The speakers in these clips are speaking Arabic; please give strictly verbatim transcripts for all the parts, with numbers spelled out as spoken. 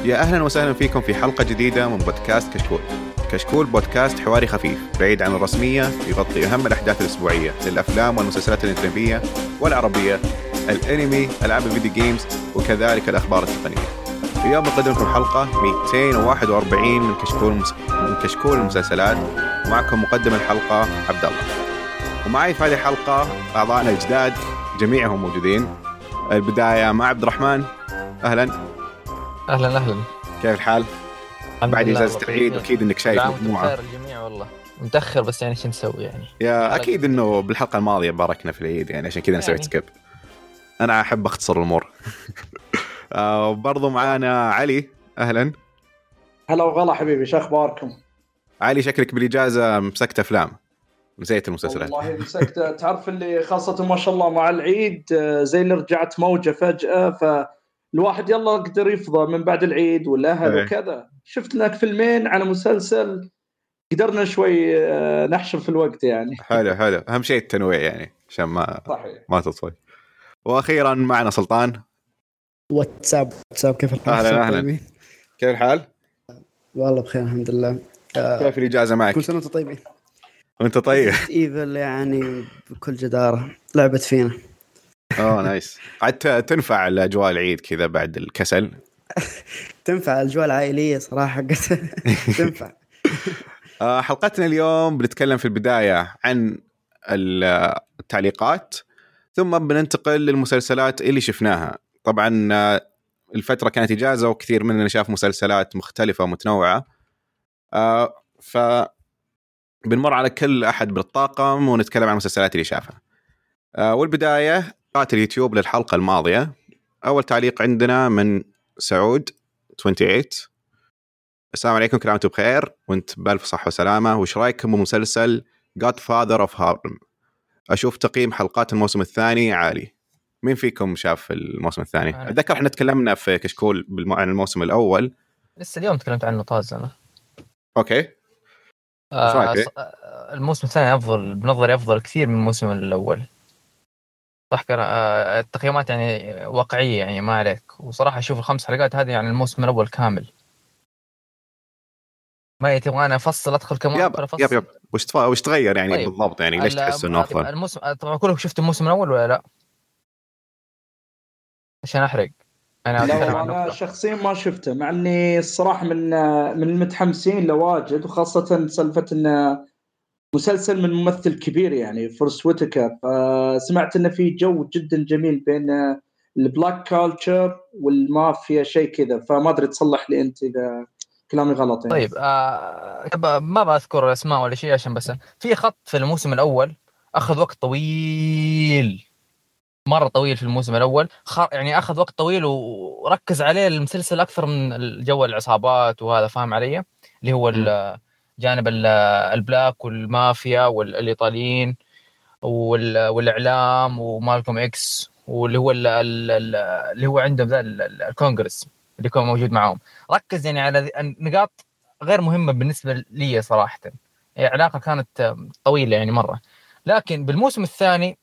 يا أهلا وسهلا فيكم في حلقة جديدة من بودكاست كشكول. كشكول بودكاست حواري خفيف بعيد عن الرسمية، يغطي أهم الأحداث الأسبوعية للأفلام والمسلسلات الأجنبية والعربية، الأنمي، ألعاب الفيديو جيمز، وكذلك الأخبار التقنية. اليوم نقدم لكم حلقة مئتين وواحد وأربعين من كشكول مس... من كشكول المسلسلات. معكم مقدم الحلقة عبد الله، ومعي في هذه الحلقة أعضائنا الجداد جميعهم موجودين. البداية مع عبد الرحمن. أهلا اهلا اهلا كيف الحال؟ بعد اجازه العيد اكيد انك شايف مجموعه. خير الجميع والله، متاخر بس يعني شو نسوي يعني. يا اكيد انه بالحلقه الماضيه باركنا في العيد يعني عشان كذا يعني. سويت سكيب. انا احب اختصر الامور. آه برضو معانا علي. اهلا. هلا وغلا حبيبي، شو اخباركم؟ علي شكلك بالاجازه مسكت افلام، نسيت المسلسلات. والله مسكت. تعرف اللي خاصه ما شاء الله مع العيد زي اللي رجعت موجه فجاه، ف الواحد يلا قدر يفضى من بعد العيد والأهل وكذا. شفت لك فيلمين على مسلسل، قدرنا شوي نحشر في الوقت يعني. حلو حلو، أهم شيء التنويع يعني عشان ما صحيح. ما تطفي. وأخيرا معنا سلطان. واتساب واتساب كيف الحال؟ أهلا أهلا، كيف الحال؟ والله بخير الحمد لله. كيف الإجازة معك؟ كل سنة وانتم طيبين. وانت طيب. إيفل يعني بكل جدارة لعبت فينا. اه نايس. قعدت تنفع الأجواء العيد كذا بعد الكسل؟ تنفع الأجواء العائلية صراحة. تنفع. حلقتنا اليوم بنتكلم في البداية عن التعليقات، ثم بننتقل للمسلسلات اللي شفناها. طبعا الفترة كانت إجازة وكثير مننا شاف مسلسلات مختلفة ومتنوعة، فبنمر على كل أحد بالطاقم ونتكلم عن المسلسلات اللي شافها. والبداية قناة اليوتيوب للحلقة الماضية. أول تعليق عندنا من سعود ثمانية وعشرين. السلام عليكم، كل عام وانتم بخير وانت بألف صحة وسلامة. وش رأيكم بمسلسل Godfather of Harlem؟ أشوف تقييم حلقات الموسم الثاني عالي. مين فيكم شاف الموسم الثاني؟ أتذكر احنا تكلمنا في كشكول عن الموسم الأول، لسه اليوم تكلمت عنه طازة أنا. أوكي. آه الموسم الثاني أفضل بنظري، أفضل كثير من الموسم الأول. صح كرا. آه التقييمات يعني واقعية يعني ما عليك. وصراحة أشوف الخمس حلقات هذه يعني الموسم الأول كامل. ما تبغى أنا أفصل أدخل كمان يب أفصل. يب يب. وش تف... وش تغير يعني طيب. بالضبط يعني ليش تحس إنه أفضل؟ الموسم طبعا كلكم شفتوا الموسم الأول ولا لا؟ عشان أحرق. أنا لا أنا شخصيا ما شفته، مع إني الصراحة من من المتحمسين لواجد، وخاصة سالفة إنه مسلسل من ممثل كبير يعني فورست ويتاكر. فسمعت إنه في جو جدا جميل بين البلاك كالتشر والمافيا شيء كذا، فما أدري تصلح لي أنت إذا كلامي غلط يعني. طيب آه ما بذكر اسماء ولا شيء عشان بس في خط في الموسم الاول اخذ وقت طويل، مره طويل في الموسم الاول. خ... يعني اخذ وقت طويل وركز عليه المسلسل اكثر من الجو العصابات وهذا، فاهم علي؟ اللي هو جانب البلاك والمافيا والايطاليين وال... والاعلام ومالكوم اكس، واللي هو ال... ال... اللي هو عندهم ذا الكونغرس اللي كان موجود معهم. ركز يعني على نقاط غير مهمة بالنسبة لي صراحة. يعني علاقة كانت طويلة يعني مرة. لكن بالموسم الثاني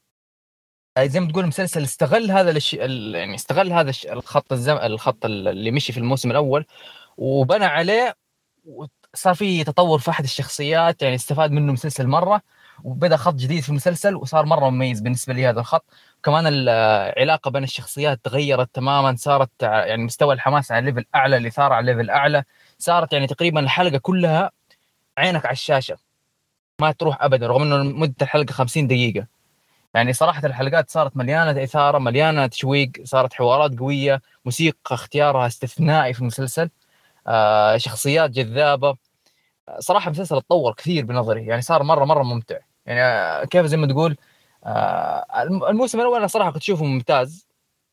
زي ما تقول المسلسل استغل هذا الشيء، يعني استغل هذا الخط الزم... الخط اللي مشي في الموسم الأول وبنى عليه، وصار فيه تطور في أحد الشخصيات، يعني استفاد منه مسلسل مرة، وبدأ خط جديد في المسلسل وصار مرة مميز بالنسبة لي هذا الخط. كمان العلاقة بين الشخصيات تغيرت تماما، صارت يعني مستوى الحماس على ليفل أعلى، الإثارة على ليفل أعلى. صارت يعني تقريبا الحلقة كلها عينك على الشاشة ما تروح أبدا، رغم أنه مدة الحلقة خمسين دقيقة. يعني صراحة الحلقات صارت مليانة إثارة، مليانة تشويق، صارت حوارات قوية، موسيقى اختيارها استثنائي في المسلسل، آه شخصيات جذابة. صراحة المسلسل اتطور كثير بنظري، يعني صار مرة مرة ممتع. يعني كيف زي ما تقول آه الموسم الأول أنا صراحة كنت أشوفه ممتاز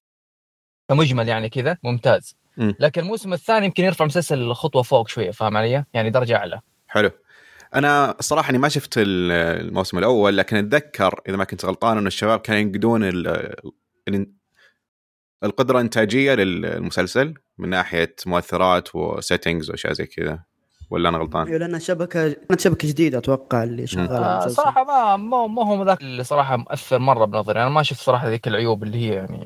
كمجمل يعني كذا ممتاز، لكن الموسم الثاني يمكن يرفع المسلسل خطوة فوق شوية، فاهم علي؟ يعني درجة أعلى. حلو. أنا الصراحة أني ما شفت الموسم الأول، لكن أتذكر إذا ما كنت غلطان أن الشباب كانوا ينقدون القدرة الإنتاجية للمسلسل من ناحية مؤثرات وسيتينجز وأشياء زي كذا، ولا أنا غلطان؟ أيوة لأنها شبكة كانت شبكة جديدة أتوقع اللي شغالة آه صراحة ما ما ما هو ذاك اللي صراحة مؤثر مرة بنظري. أنا ما شفت صراحة ذيك العيوب اللي هي يعني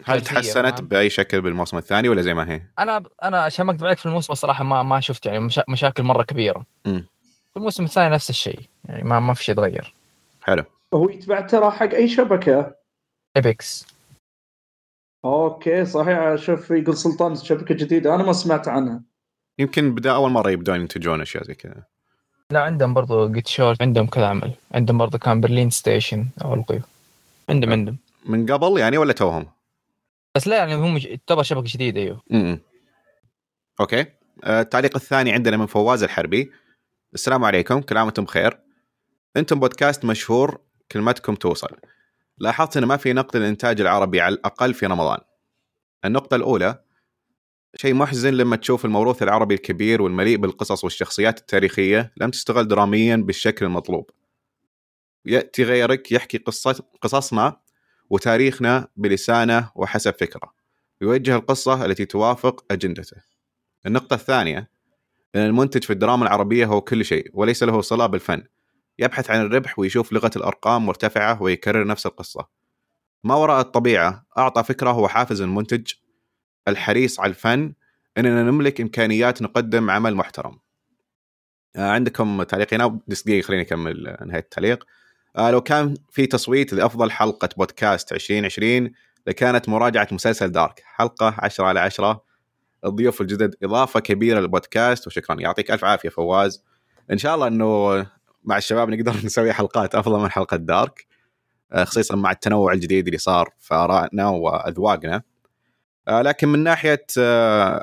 هل تحسنت بأي شكل بالموسم الثاني ولا زي ما هي؟ أنا أنا عشان ما أكذب عليك في الموسم الصراحة ما ما شفت يعني مشا... مشاكل مرة كبيرة. م. في الموسم الثاني نفس الشيء يعني ما ما في شيء تغير. حلو. هو يتبع ترى حق أي شبكة؟ إبيكس. أوكي صحيح. أشوف يقول سلطان شبكة جديدة أنا ما سمعت عنها. يمكن بدأ أول مرة يبدون ينتجون أشياء زي كذا. لا عندهم برضو جيت شورت عندهم كذا عمل عندهم برضو كان برلين ستيشن أو القيو عندهم عندهم من قبل يعني ولا توهم؟ بس لا يعني هم تعتبر شبكة جديدة. أيوه. امم أوكي. آه، التعليق الثاني عندنا من فواز الحربي. السلام عليكم، كل عام وانتم بخير. أنتم بودكاست مشهور كلمتكم توصل. لاحظت أن ما في نقد الإنتاج العربي على الأقل في رمضان. النقطة الأولى، شيء محزن لما تشوف الموروث العربي الكبير والمليء بالقصص والشخصيات التاريخية لم تستغل دراميا بالشكل المطلوب. يأتي غيرك يحكي قصة قصصنا وتاريخنا بلسانه وحسب فكرة، يوجه القصة التي توافق أجندته. النقطة الثانية، أن المنتج في الدراما العربية هو كل شيء وليس له صلة بالفن، يبحث عن الربح ويشوف لغة الأرقام مرتفعة ويكرر نفس القصة. ما وراء الطبيعة أعطى فكرة وحافز المنتج الحريص على الفن أننا نملك إمكانيات نقدم عمل محترم. آه عندكم تعليقين بس دقيقة خليني أكمل نهاية التعليق. آه لو كان في تصويت لأفضل حلقة بودكاست عشرين عشرين لكانت مراجعة مسلسل دارك، حلقة عشرة على عشرة. الضيوف الجدد إضافة كبيرة للبودكاست، وشكرا. يعطيك ألف عافية فواز. إن شاء الله أنه مع الشباب نقدر نسوي حلقات أفضل من حلقة دارك، آه خصيصا مع التنوع الجديد اللي صار في آرائنا وأذواقنا. آه لكن من ناحية آه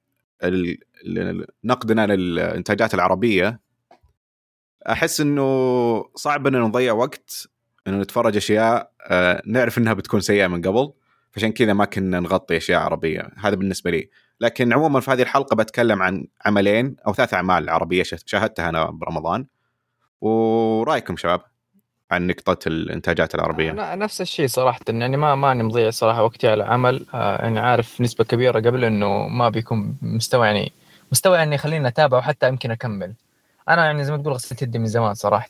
نقدنا للإنتاجات العربية، أحس إنه صعب إنه نضيع وقت إنه نتفرج أشياء آه نعرف إنها بتكون سيئة من قبل، فعشان كذا ما كنا نغطي أشياء عربية. هذا بالنسبة لي. لكن عموما في هذه الحلقة بتكلم عن عملين أو ثلاث أعمال عربية شاهدتها أنا برمضان. ورأيكم شباب عن نقطة الإنتاجات العربية؟ أنا نفس الشيء صراحة، يعني ما ما نمضيع صراحة وقتي على عمل آه يعني عارف نسبة كبيرة قبل إنه ما بيكون مستوى يعني مستوى يعني خلينا نتابع وحتى يمكن أكمل. أنا يعني زي ما تقول غسلت يدي من زمان صراحة.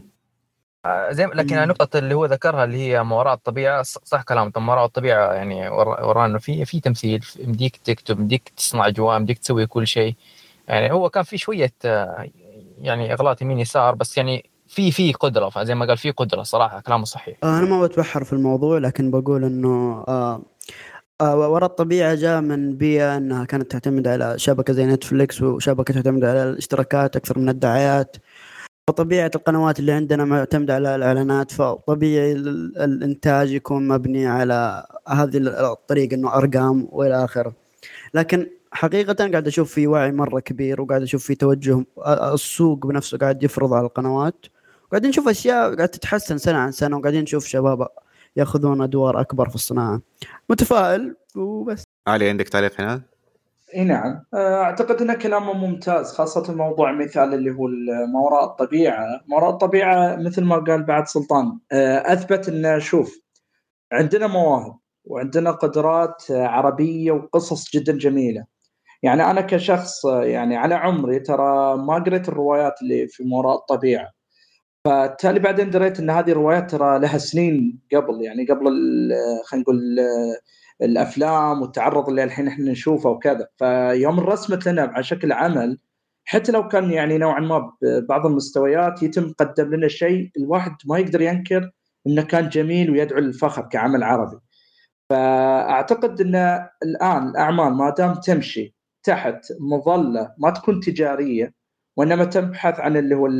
آه زي لكن النقطة اللي هو ذكرها اللي هي ما وراء الطبيعة، صح كلام. طب ما وراء الطبيعة يعني وراء إنه في في تمثيل، مديك تكتب، مديك تصنع أجواء، مديك تسوي كل شيء. يعني هو كان في شوية آه يعني إغلاط يمين يسار، بس يعني في في قدرة، فزي ما قال في قدرة صراحة كلامه صحيح. آه أنا ما بتبحر في الموضوع، لكن بقول إنه آه آه وراء الطبيعة جاء من بيئة أنها كانت تعتمد على شبكة زي نتفليكس، وشبكة تعتمد على الاشتراكات أكثر من الدعايات. فطبيعة القنوات اللي عندنا معتمدة على الإعلانات، فطبيعي الإنتاج يكون مبني على هذه الطريقة إنه أرقام وإلى آخره. لكن حقيقة قاعد أشوف في وعي مرة كبير، وقاعد أشوف في توجه السوق بنفسه قاعد يفرض على القنوات، وقاعدين نشوف أشياء قاعد تتحسن سنة عن سنة، وقاعدين نشوف شباب يأخذون أدوار أكبر في الصناعة. متفائل وبس. علي عندك تعليق هنا؟ اي نعم، اعتقد ان كلامه ممتاز، خاصه موضوع مثال اللي هو ما وراء الطبيعه. ما وراء الطبيعه مثل ما قال بعد سلطان اثبت ان شوف عندنا مواهب وعندنا قدرات عربيه وقصص جدا جميله. يعني انا كشخص يعني على عمري ترى ما قريت الروايات اللي في ما وراء الطبيعه، فبالتالي بعدين دريت ان هذه الروايات ترى لها سنين قبل، يعني قبل خلينا نقول الافلام والتعرض اللي الحين احنا نشوفه وكذا. فيوم رسمت لنا على شكل عمل، حتى لو كان يعني نوعا ما ببعض المستويات يتم قدم لنا شيء الواحد ما يقدر ينكر انه كان جميل ويدعو للفخر كعمل عربي. فاعتقد ان الان الاعمال ما دام تمشي تحت مظله ما تكون تجاريه، وانما تبحث عن اللي هو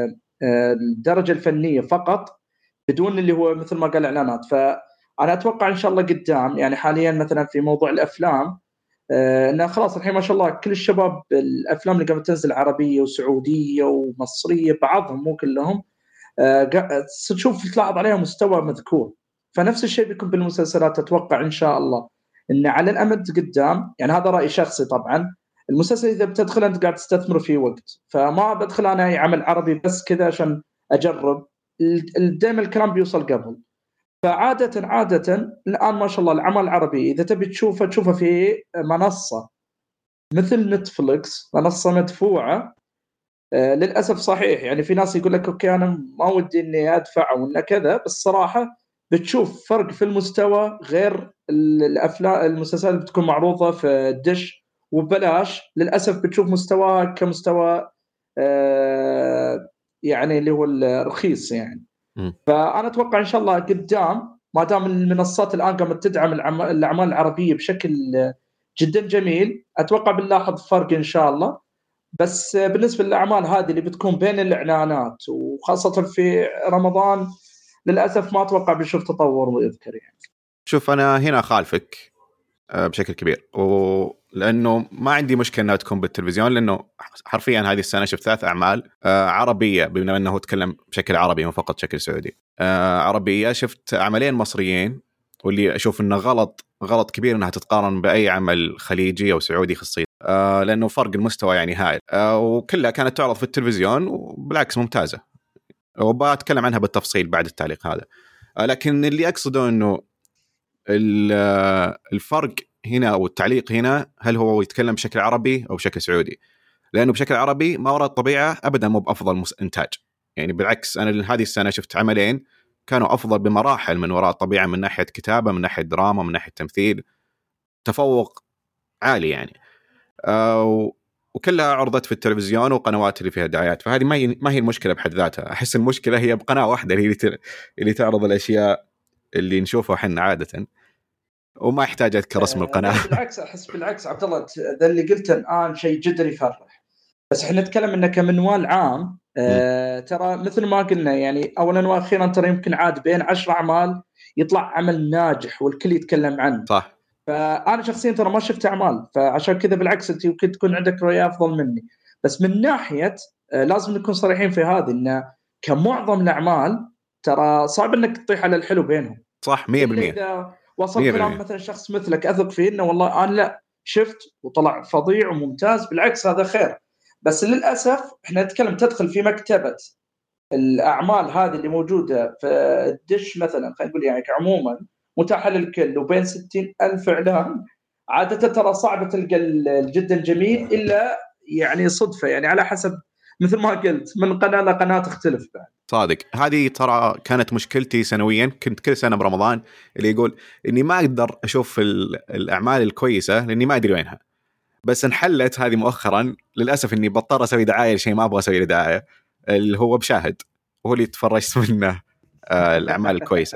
الدرجه الفنيه فقط بدون اللي هو مثل ما قال اعلانات. فانا اتوقع ان شاء الله قدام يعني حاليا مثلا في موضوع الافلام آه انه خلاص الحين ما شاء الله كل الشباب الافلام اللي قامت تنزل عربيه وسعوديه ومصريه بعضهم مو كلهم آه تشوف تلاحظ عليها مستوى مذكور. فنفس الشيء بيكون بالمسلسلات. اتوقع ان شاء الله ان على الامد قدام، يعني هذا راي شخصي طبعا، المسلسل اذا بتدخل انت قاعد تستثمر فيه وقت، فما بدخل انا اي عمل عربي بس كذا عشان اجرب. دائما الكلام بيوصل قبل. فعاده عاده الان ما شاء الله العمل العربي اذا تبي تشوفه تشوفه في منصه مثل نتفليكس، منصه مدفوعه آه للاسف. صحيح يعني في ناس يقول لك اوكي انا ما ودي اني ادفع او ان كذا، بس صراحه بتشوف فرق في المستوى غير الأفلام المسلسلات اللي بتكون معروضة في الدش وببلاش. للأسف بتشوف مستواها كمستوى آه يعني اللي هو الرخيص يعني. م. فأنا أتوقع إن شاء الله قدام ما دام المنصات الآن قامت تدعم الأعمال العربية بشكل جدا جميل، أتوقع بنلاحظ فرق إن شاء الله. بس بالنسبة للأعمال هذه اللي بتكون بين الإعلانات وخاصة في رمضان للأسف ما أتوقع بنشوف تطور ويذكر يعني. شوف أنا هنا خالفك بشكل كبير، ولأنه ما عندي مشكلة أنها تكون بالتلفزيون، لأنه حرفيا هذه السنة شفت ثلاث أعمال عربية بما أنه تكلم بشكل عربي مو فقط بشكل سعودي. عربية شفت عملين مصريين، واللي أشوف أنه غلط غلط كبير أنها تتقارن بأي عمل خليجي أو سعودي خصيص، لأنه فرق المستوى يعني هائل، وكلها كانت تعرض في التلفزيون وبالعكس ممتازة، وبتكلم عنها بالتفصيل بعد التعليق هذا. لكن اللي أقصده أنه الفرق هنا والتعليق هنا هل هو يتكلم بشكل عربي أو بشكل سعودي، لأنه بشكل عربي ما وراء الطبيعة أبدا مو بأفضل إنتاج. يعني بالعكس أنا هذه السنة شفت عملين كانوا أفضل بمراحل من وراء الطبيعة، من ناحية كتابة، من ناحية دراما، من ناحية تمثيل، تفوق عالي يعني. أه وكلها عرضت في التلفزيون وقنوات اللي فيها دعايات. فهذه ما هي ما هي المشكلة بحد ذاتها. أحس المشكلة هي بقناة واحدة اللي اللي تعرض الأشياء اللي نشوفها حنا عادة، وما يحتاج أذكر اسم القناة. بالعكس أحس بالعكس عبد الله ذا اللي قلته الآن شيء جدا يفرح. بس إحنا نتكلم إنه كمنوال عام آه ترى مثل ما قلنا يعني أولا وأخيرا ترى يمكن عاد بين عشر أعمال يطلع عمل ناجح والكل يتكلم عنه. صح. فأنا شخصيا ترى ما شفت أعمال، فعشان كذا بالعكس أنت يمكن تكون عندك رؤية أفضل مني. بس من ناحية آه لازم نكون صريحين في هذه، إنه كمعظم الأعمال ترى صعب إنك تطيح على الحلو بينهم. صح مية بالمية. إذا وصل كلام مثلا شخص مثلك أثق فيه إنه والله أنا لا شفت وطلع فظيع وممتاز، بالعكس هذا خير. بس للأسف إحنا نتكلم تدخل في مكتبة الأعمال هذه اللي موجودة في الدش مثلا، خلينا نقول يعني عموما متاحة للكل وبين ستين ألف إعلان، عادة ترى صعبة تلقى الجدا الجميل إلا يعني صدفة، يعني على حسب مثل ما قلت من قناة لقناة تختلف بعد. صادق. هذه ترى كانت مشكلتي سنويا، كنت كل سنة برمضان اللي يقول إني ما أقدر أشوف الأعمال الكويسة لأني ما أدري وينها. بس انحلت هذه مؤخرا للأسف إني بضطر أسوي دعاية لشيء ما أبغى أسوي له دعاية، اللي هو بشاهد، وهو اللي تفرجت منه آه الأعمال الكويسة.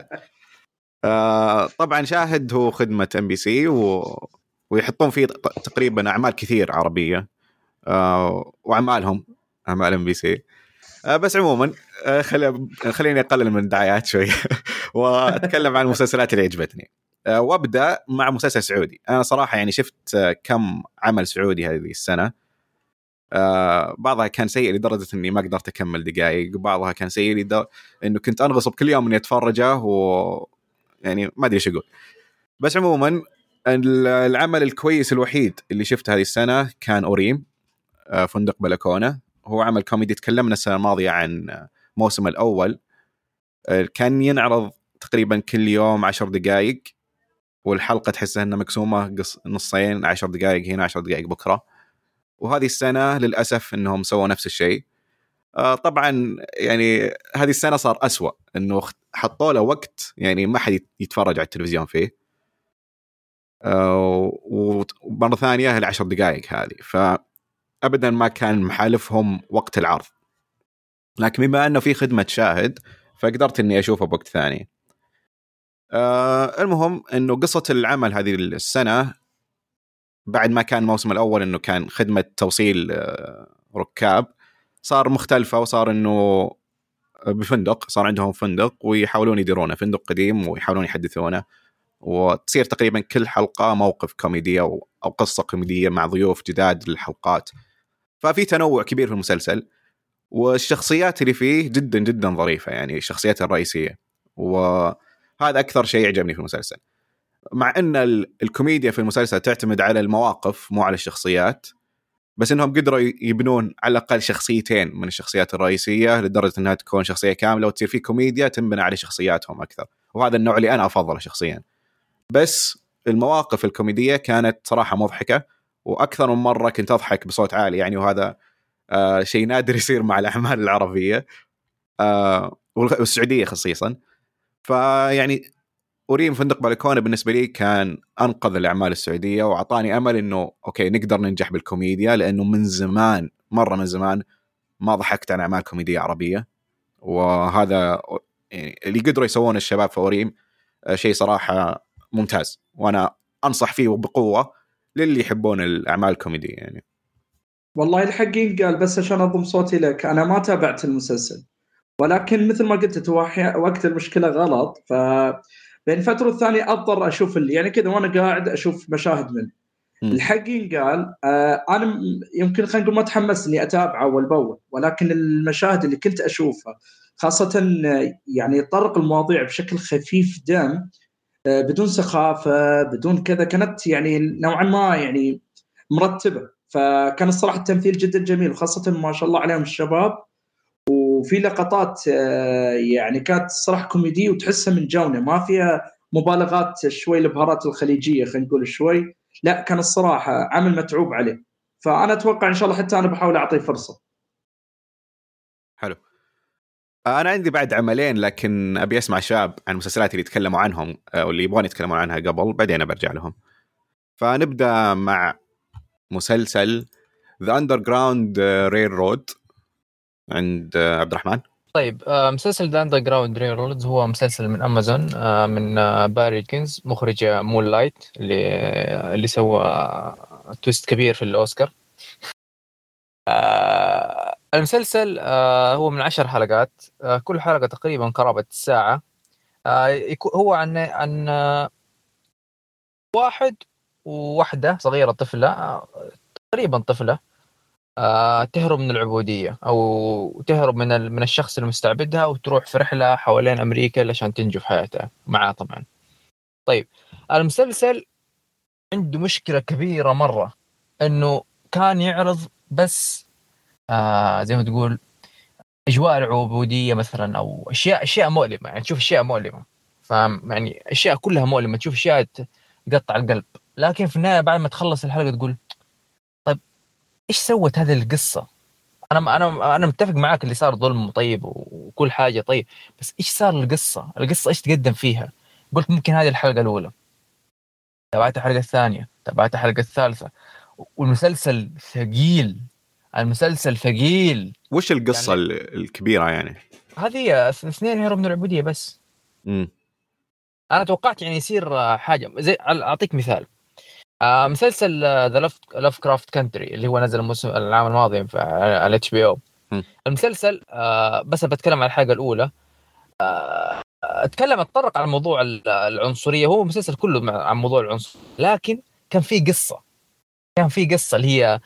آه طبعا شاهد هو خدمة ام بي سي و... ويحطون فيه تقريبا أعمال كثير عربية آه وأعمالهم أعمال ام بي سي. آه بس عموما آه خلي... خليني أقلل من الدعايات شوي وأتكلم عن المسلسلات اللي عجبتني. آه وأبدأ مع مسلسل سعودي. أنا صراحة يعني شفت آه كم عمل سعودي هذه السنة. آه بعضها كان سيء لدرجة إني ما قدرت أكمل دقائق، وبعضها كان سيء لدرجة إنه كنت أنغصب كل يوم إني أتفرجه، و يعني ما أدري إيش أقول. بس عموما العمل الكويس الوحيد اللي شفته هذه السنة كان أوريم، آه فندق بلكونة. هو عمل كوميدي. تكلمنا السنة الماضية عن موسم الأول، آه كان ينعرض تقريبا كل يوم عشر دقائق، والحلقة تحسها أنها مقسومة نصين، عشر دقائق هنا عشر دقائق بكرة. وهذه السنة للأسف أنهم سووا نفس الشيء. آه طبعا يعني هذه السنة صار أسوأ، أنه حطوا له وقت يعني ما حد يتفرج على التلفزيون فيه، آه ومرة ثانية العشر دقائق هذه، فأبدا ما كان محالفهم وقت العرض. لكن بما أنه في خدمة شاهد فقدرت أني أشوفه بوقت ثاني. آه المهم أنه قصة العمل هذه السنة بعد ما كان الموسم الأول أنه كان خدمة توصيل آه ركاب، صار مختلفة، وصار أنه بفندق، صار عندهم فندق ويحاولون يديرونه، فندق قديم ويحاولون يحدثونه، وتصير تقريبا كل حلقة موقف كوميدية أو قصة كوميدية مع ضيوف جداد للحلقات. ففي تنوع كبير في المسلسل، والشخصيات اللي فيه جدا جدا ظريفة، يعني الشخصيات الرئيسية، وهذا أكثر شيء عجبني في المسلسل. مع أن الكوميديا في المسلسل تعتمد على المواقف مو على الشخصيات، بس إنهم قدروا يبنون على الأقل شخصيتين من الشخصيات الرئيسية لدرجة أنها تكون شخصية كاملة، وتصير في كوميديا تنبنى على شخصياتهم أكثر، وهذا النوع اللي أنا أفضله شخصيا. بس المواقف الكوميدية كانت صراحة مضحكة، وأكثر من مرة كنت أضحك بصوت عالي يعني، وهذا آه شيء نادر يصير مع الأعمال العربية آه والسعودية خصيصا. فيعني أوريم فندق بلكونة بالنسبة لي كان أنقذ الأعمال السعودية وعطاني أمل إنه أوكي نقدر ننجح بالكوميديا، لأنه من زمان مرة من زمان ما ضحكت عن أعمال كوميدية عربية. وهذا يعني اللي قدروا يسوون الشباب في أوريم شيء صراحة ممتاز، وأنا أنصح فيه بقوة للي يحبون الأعمال الكوميدية. يعني والله الحقين قال، بس عشان أضم صوتي لك، أنا ما تابعت المسلسل، ولكن مثل ما قلت وقت المشكلة غلط، ف بين فترة الثانية أضطر أشوف اللي يعني كذا وأنا قاعد أشوف مشاهد منه. الحقين قال آه أنا يمكن خلينا نقول ما تحمست إني أتابعه أول بأول، ولكن المشاهد اللي كنت أشوفها خاصة يعني يطرق المواضيع بشكل خفيف دم، آه بدون سخافة بدون كذا، كانت يعني نوعا ما يعني مرتبة. فكان الصراحة التمثيل جدا جميل، وخاصة ما شاء الله عليهم الشباب، وفي لقطات يعني كانت صراحة كوميدية وتحسها من جونة، ما فيها مبالغات شوي البهارات الخليجية خلينا نقول شوي، لا كان الصراحة عمل متعوب عليه. فأنا أتوقع إن شاء الله حتى أنا بحاول أعطيه فرصة. حلو. أنا عندي بعد عملين، لكن أبي أسمع شاب عن المسلسلات اللي يتكلموا عنهم واللي يبغون يتكلمون عنها قبل، بعدين برجع لهم. فنبدأ مع مسلسل The Underground Railroad عند عبد الرحمن. طيب مسلسل The Underground Railroad هو مسلسل من أمازون، من باري كينز مخرج مون لايت اللي اللي سوى تويست كبير في الأوسكار. المسلسل هو من عشر حلقات، كل حلقة تقريبا قرابة الساعة. هو عن عن واحد وواحدة صغيرة، طفلة تقريبا طفلة تهرب من العبودية أو تهرب من من الشخص المستعبدها وتروح في رحلة حوالين أمريكا عشان تنجو في حياتها معاه طبعا. طيب المسلسل عنده مشكلة كبيرة مرة، إنه كان يعرض بس آه زي ما تقول أجواء العبودية مثلا، أو أشياء أشياء مؤلمة، يعني تشوف أشياء مؤلمة، فاهم يعني أشياء كلها مؤلمة، تشوف أشياء تقطع القلب. لكن في النهاية بعد ما تخلص الحلقة تقول طيب إيش سوت هذه القصة؟ أنا أنا أنا متفق معاك اللي صار ظلم طيب وكل حاجة طيب، بس إيش صار القصة؟ القصة إيش تقدم فيها؟ قلت ممكن هذه الحلقة الأولى، تابعت الحلقة الثانية، تابعت الحلقة الثالثة، والمسلسل ثقيل، المسلسل ثقيل. وش القصة يعني الكبيرة يعني؟ هذه اثنين هربوا من العبودية بس. امم أنا توقعت يعني يصير حاجة زي، أعطيك مثال، آه مسلسل ذا لاف كرافت كانتري اللي هو نزل الموسم العام الماضي على اتش بي او. المسلسل آه بس بتكلم عن الحلقة الأولى، آه اتكلم اتطرق على موضوع العنصرية، هو مسلسل كله عن موضوع العنصر، لكن كان في قصة، كان في قصة اللي هي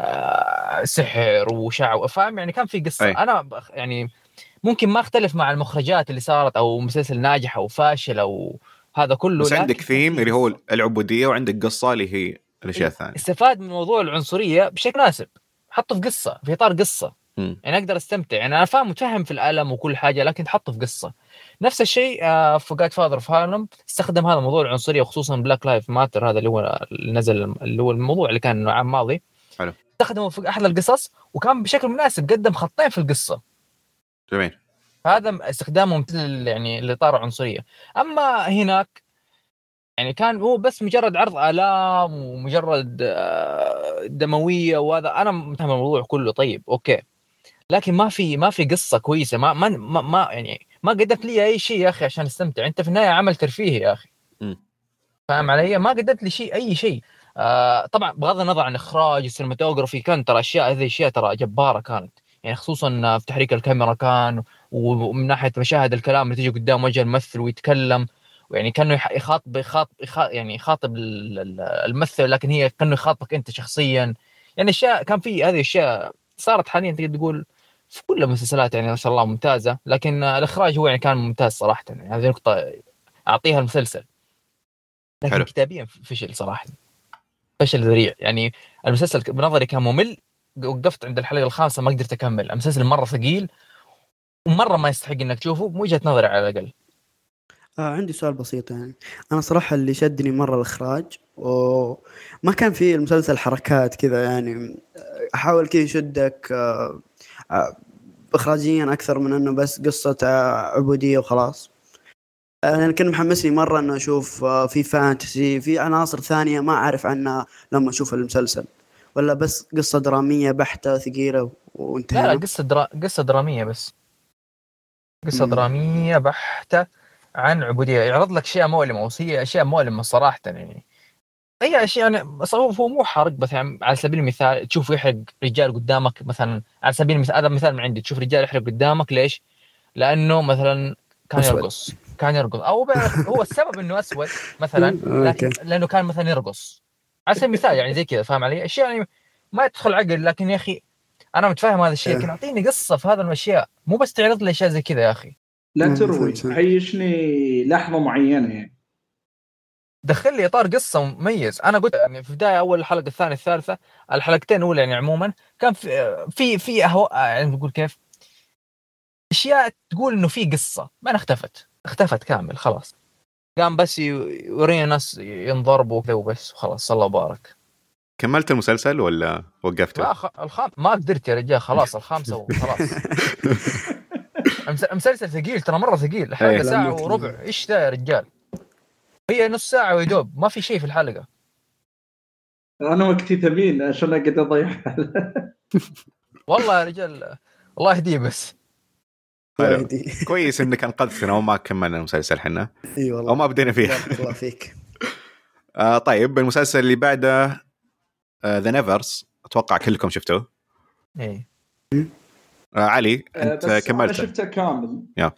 آه سحر وشعوذة، فاهم يعني كان في قصة. أي. أنا يعني ممكن ما اختلف مع المخرجات اللي صارت أو مسلسل ناجح أو فاشل أو هذا كله، بس عندك ثيم اللي هو العبودية وعندك قصة اللي هي الأشياء الثانية. استفاد من موضوع العنصرية بشكل مناسب، حطه في قصة في إطار قصة، م. يعني أقدر أستمتع. يعني أنا فاهم متفهم في الألم وكل حاجة، لكن حطه في قصة. نفس الشيء في جاد فاذر اوف هارلم استخدم هذا موضوع العنصرية، وخصوصا بلاك لايف ماتر، هذا اللي هو اللي نزل اللي هو الموضوع اللي كان عام ماضي. حلو. استخدمه في أحد القصص وكان بشكل مناسب، قدم خطين في القصة. جميل. هذا استخدامه مثل يعني لإطار العنصرية. أما هناك يعني كان هو بس مجرد عرض آلام ومجرد دموية، وهذا أنا متهم الموضوع كله طيب أوكي، لكن ما في ما في قصة كويسة، ما ما ما يعني ما قدمت لي أي شيء يا أخي عشان استمتع. أنت في النهاية عمل ترفيهي يا أخي، م. فاهم علي؟ ما قدمت لي شيء أي شيء. آه طبعا بغض النظر عن إخراج السينماتوغرافي، كان ترى أشياء هذه أشياء ترى جبارة كانت، يعني خصوصا في تحريك الكاميرا كان، ومن ناحية مشاهد الكلام اللي تيجي قدام وجه الممثل ويتكلم، يعني كانه يخاطب يخاطب يعني يخاطب الممثل، لكن هي كانه يخاطبك انت شخصيا. يعني اشياء كان في هذه الاشياء صارت حاليا تقدر تقول في كل المسلسلات، يعني ما شاء الله ممتازه، لكن الاخراج هو يعني كان ممتاز صراحه، يعني هذه نقطه اعطيها المسلسل. لكن حلو. كتابيا فشل صراحه، فشل ذريع. يعني المسلسل بنظري كان ممل، وقفت عند الحلقه الخامسه ما قدرت اكمل. المسلسل مره ثقيل ومره ما يستحق انك تشوفه بوجهه نظري على الاقل. آه عندي سؤال بسيط. يعني أنا صراحة اللي شدني مرة الإخراج، وما كان في المسلسل حركات كذا، يعني أحاول كذا يشدك آه آه إخراجيا أكثر من أنه بس قصة عبودية وخلاص. انا كنت محمسني مره انه اشوف في فانتسي، في عناصر ثانيه ما اعرف عنها لما اشوف المسلسل، ولا بس قصه دراميه بحته ثقيله وانتهينا. لا لا قصة درا... قصة درامية بس، قصة مم. درامية بحتة عن عبودية، يعرض لك أشياء مؤلمة، وهي أشياء مؤلمة صراحة يعني. هي أشياء يعني صعوب، هو مو حرق بس يعني على سبيل المثال تشوف يحرق رجال قدامك مثلا، على سبيل المثال هذا مثال من عندي، تشوف رجال يحرق قدامك ليش؟ لأنه مثلا كان أسود. يرقص كان يرقص أو بيعرف هو السبب إنه أسود مثلا، لكن اوكي. لأنه كان مثلا يرقص على سبيل المثال يعني زي كذا، فاهم علي؟ أشياء يعني ما يدخل عقل، لكن يا أخي أنا متفاهم هذا الشيء، لكن أعطيني قصة في هذا الأشياء، مو بس تعرض لي أشياء زي كذا يا أخي. لا مم، تروي، فهمت فهمت. عيشني لحظة معينة يعني. دخل لي اطار قصه مميز. انا قلت يعني في بدايه اول حلقه الثانيه الثالثه، الحلقتين الاولى يعني عموما كان في في في أهو... يعني بقول كيف اشياء تقول انه في قصه، ما اختفت اختفت كامل خلاص، قام بس يورينا ناس ينضربوا كذا وبس وخلاص الله بارك. كملت المسلسل ولا وقفته؟ ما خ... الخام ما قدرت يا رجال، خلاص الخامسه وخلاص. المس- المسلسل ثقيل ترى، مره ثقيل، الحلقه أيه. ساعه وربع، ايش ذا يا رجال؟ هي نص ساعه ويدوب، ما في شيء في الحلقه. أنا وقتي ثمين عشان أقعد أضيع. والله يا رجال الله يهديه بس. الله حلو. يهديه. كويس انك انقذتنا وما كملنا المسلسل حنا، اي والله او ما بدينا فيه. بارك الله فيك. آه طيب المسلسل اللي بعده ذا نيفرز، اتوقع كلكم شفتوه. ايه آه علي آه، انت بس كملته؟ أنا شفته كامل. يا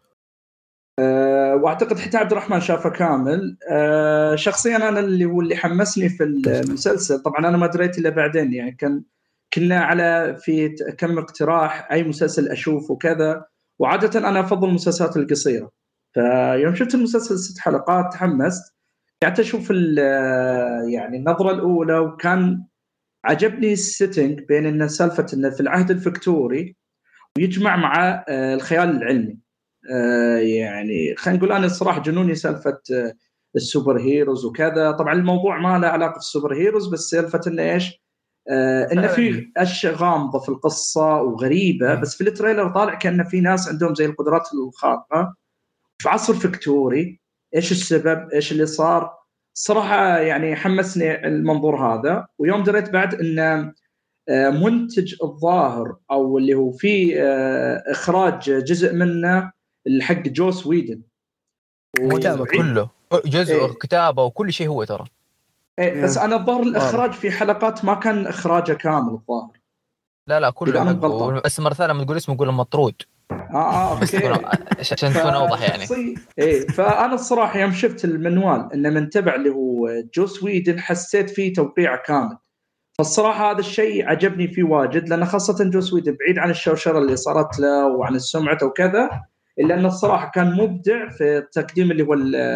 أه واعتقد حتى عبد الرحمن شافه كامل. أه شخصيا انا اللي واللي حمسني في المسلسل، طبعا انا ما دريت الا بعدين يعني، كان كنا على في كم اقتراح اي مسلسل اشوفه وكذا، وعاده انا افضل المسلسلات القصيره. فيوم شفت المسلسل ست حلقات تحمست، قعدت اشوف يعني النظره الاولى، وكان عجبني السيتنج بين ان سالفه انه في العهد الفكتوري ويجمع مع الخيال العلمي. آه يعني خلينا نقول انا الصراحه جنوني سالفه آه السوبر هيروز وكذا. طبعا الموضوع ما له علاقه بالسوبر هيروز، بس سالفه انه ايش، آه انه في اشياء غامضه في القصه وغريبه، بس في التريلر طالع كأن في ناس عندهم زي القدرات الخارقه في عصر فكتوري. ايش السبب، ايش اللي صار؟ صراحه يعني حمسني المنظور هذا. ويوم دريت بعد ان منتج الظاهر او اللي هو في اخراج جزء منه الحق جوس ويدن، كتابه كله جزء إيه. كتابه وكل شيء هو ترى. إيه بس انا الظاهر الاخراج في حلقات ما كان اخراجه كامل الظاهر. لا لا كله حقه، بس مره ثانيه لما تقول اسمه قول مطرود. اه اه اوكي عشان تكون اوضح يعني. ايه فانا الصراحه يوم شفت المنوال انه من تبع اللي هو جوس ويدن حسيت فيه توقيع كامل. فالصراحة هذا الشيء عجبني فيه واجد، لأن خاصة جوس ويدن بعيد عن الشوشرة اللي صارت له وعن السمعة وكذا، إلا أنه الصراحة كان مبدع في تقديم اللي هو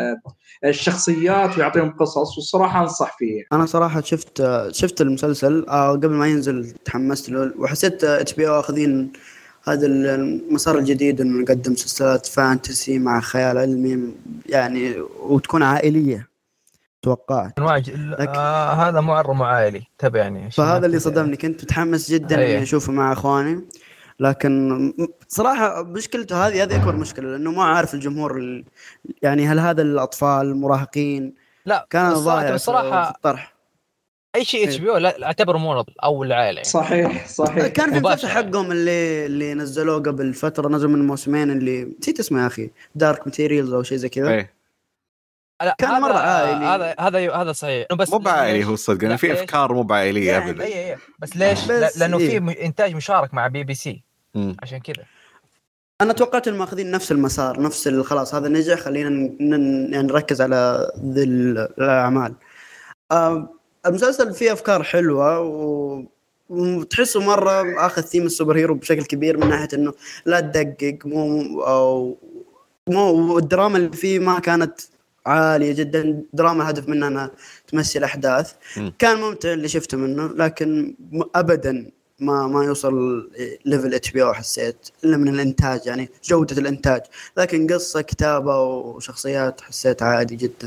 الشخصيات ويعطيهم قصص، والصراحة أنصح فيه. أنا صراحة شفت شفت المسلسل قبل ما ينزل، تحمست له وحسيت اتش بي او أخذين هذا المسار الجديد إنه نقدم مسلسلات فانتسي مع خيال علمي يعني، وتكون عائلية توقعت. لكن... آه هذا معرض عائلي تبع يعني، فهذا اللي صدمني، كنت متحمس جدا أيه. اني اشوفه مع اخواني، لكن صراحه مشكلته هذه هذه اكبر مشكله، لانه ما عارف الجمهور ال... يعني هل هذا الاطفال المراهقين؟ لا كان ضايع بصراحه في الطرح. اي شيء اتش بي او لا اعتبره مورد او العائله يعني. صحيح صحيح. كان في الفتح حقهم اللي اللي نزلوه قبل فتره، نزل من موسمين اللي نسيت اسمه يا اخي، دارك ماتيريالز او شيء زي كذا. أيه. كان مره عائلي. هذا هذا هذا صحيح، بس مو بعائلي هو صدق، يعني في افكار مو بعائليه ابدا. اي اي بس ليش؟ بس لانه إيه؟ في انتاج مشارك مع بي بي سي م. عشان كذا انا توقعت انهم ماخذين نفس المسار، نفس خلاص هذا نجح، خلينا يعني نركز على ذي الاعمال. آه المسلسل فيه افكار حلوه و... وتحسه مره اخذ ثيم السوبر هيرو بشكل كبير، من ناحيه انه لا تدقق مو او مو الدراما اللي فيه ما كانت عاليه جدا، دراما هدف منها انها تمثل الاحداث. م. كان ممتع اللي شفته منه، لكن ابدا ما ما يوصل ليفل اتش بي او حسيت، الا من الانتاج يعني جوده الانتاج، لكن قصه كتابه وشخصيات حسيت عادي جدا.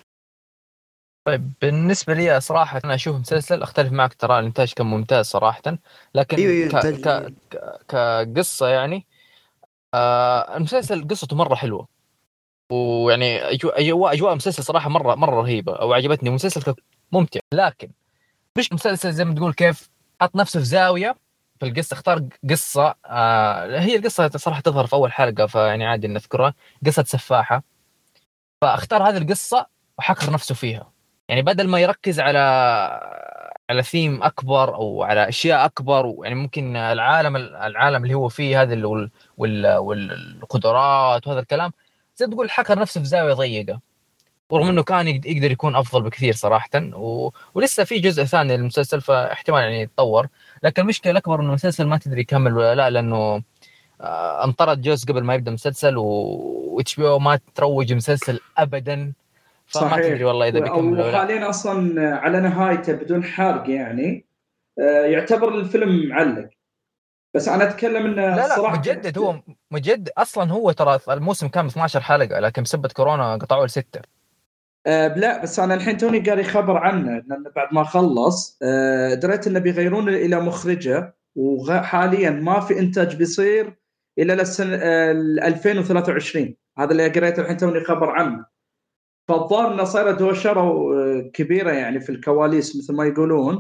طيب بالنسبه لي صراحه انا اشوف مسلسل اختلف معك، ترى الانتاج كان ممتاز صراحه، لكن إيه ك... ك... ك... كقصه يعني آه المسلسل قصته مره حلوه ويعني اجواء اجواء المسلسل صراحه مره مره رهيبه او عجبتني. مسلسل ممتع، لكن مش مسلسل زي ما تقول كيف حط نفسه في زاويه في القصه. اختار قصه آه هي القصه صراحه تظهر في اول حلقه، فيعني عادي نذكرها، قصه سفاحه. فاختار هذه القصه وحكر نفسه فيها، يعني بدل ما يركز على على ثيم اكبر او على اشياء اكبر، ويعني ممكن العالم العالم اللي هو فيه هذا وال وال والقدرات وهذا الكلام، زي تقول حكر نفسه في زاويه ضيقه، ورغم انه كان يقدر يكون افضل بكثير صراحه. و... ولسه في جزء ثاني للمسلسل، فاحتمال يعني يتطور. لكن المشكله الاكبر انه المسلسل ما تدري يكمل ولا لا، لانه آه انطرد جزء قبل ما يبدا المسلسل، و اتش بي او ما تروج مسلسل ابدا، فما صحيح. تدري والله اذا بيكمل ولا لا. وحاليا اصلا على نهايته بدون حرق يعني آه يعتبر الفيلم معلق، بس انا اتكلم انه لا لا الصراحه مجدد، هو مجدد اصلا. هو ترى الموسم كان اثنا عشر حلقه، لكن بسبب كورونا قطعوه لستة. أه لا بس أنا الحين توني قاري خبر عنه، لأن بعد ما خلص أه دريت إنه بيغيرون إلى مخرجة، وحاليا ما في إنتاج بيصير إلى لسنة أه ألفين وثلاثة وعشرين. هذا اللي قريته الحين توني خبر عنه. فالظاهر إنه صايرة دوشرة كبيرة يعني في الكواليس مثل ما يقولون.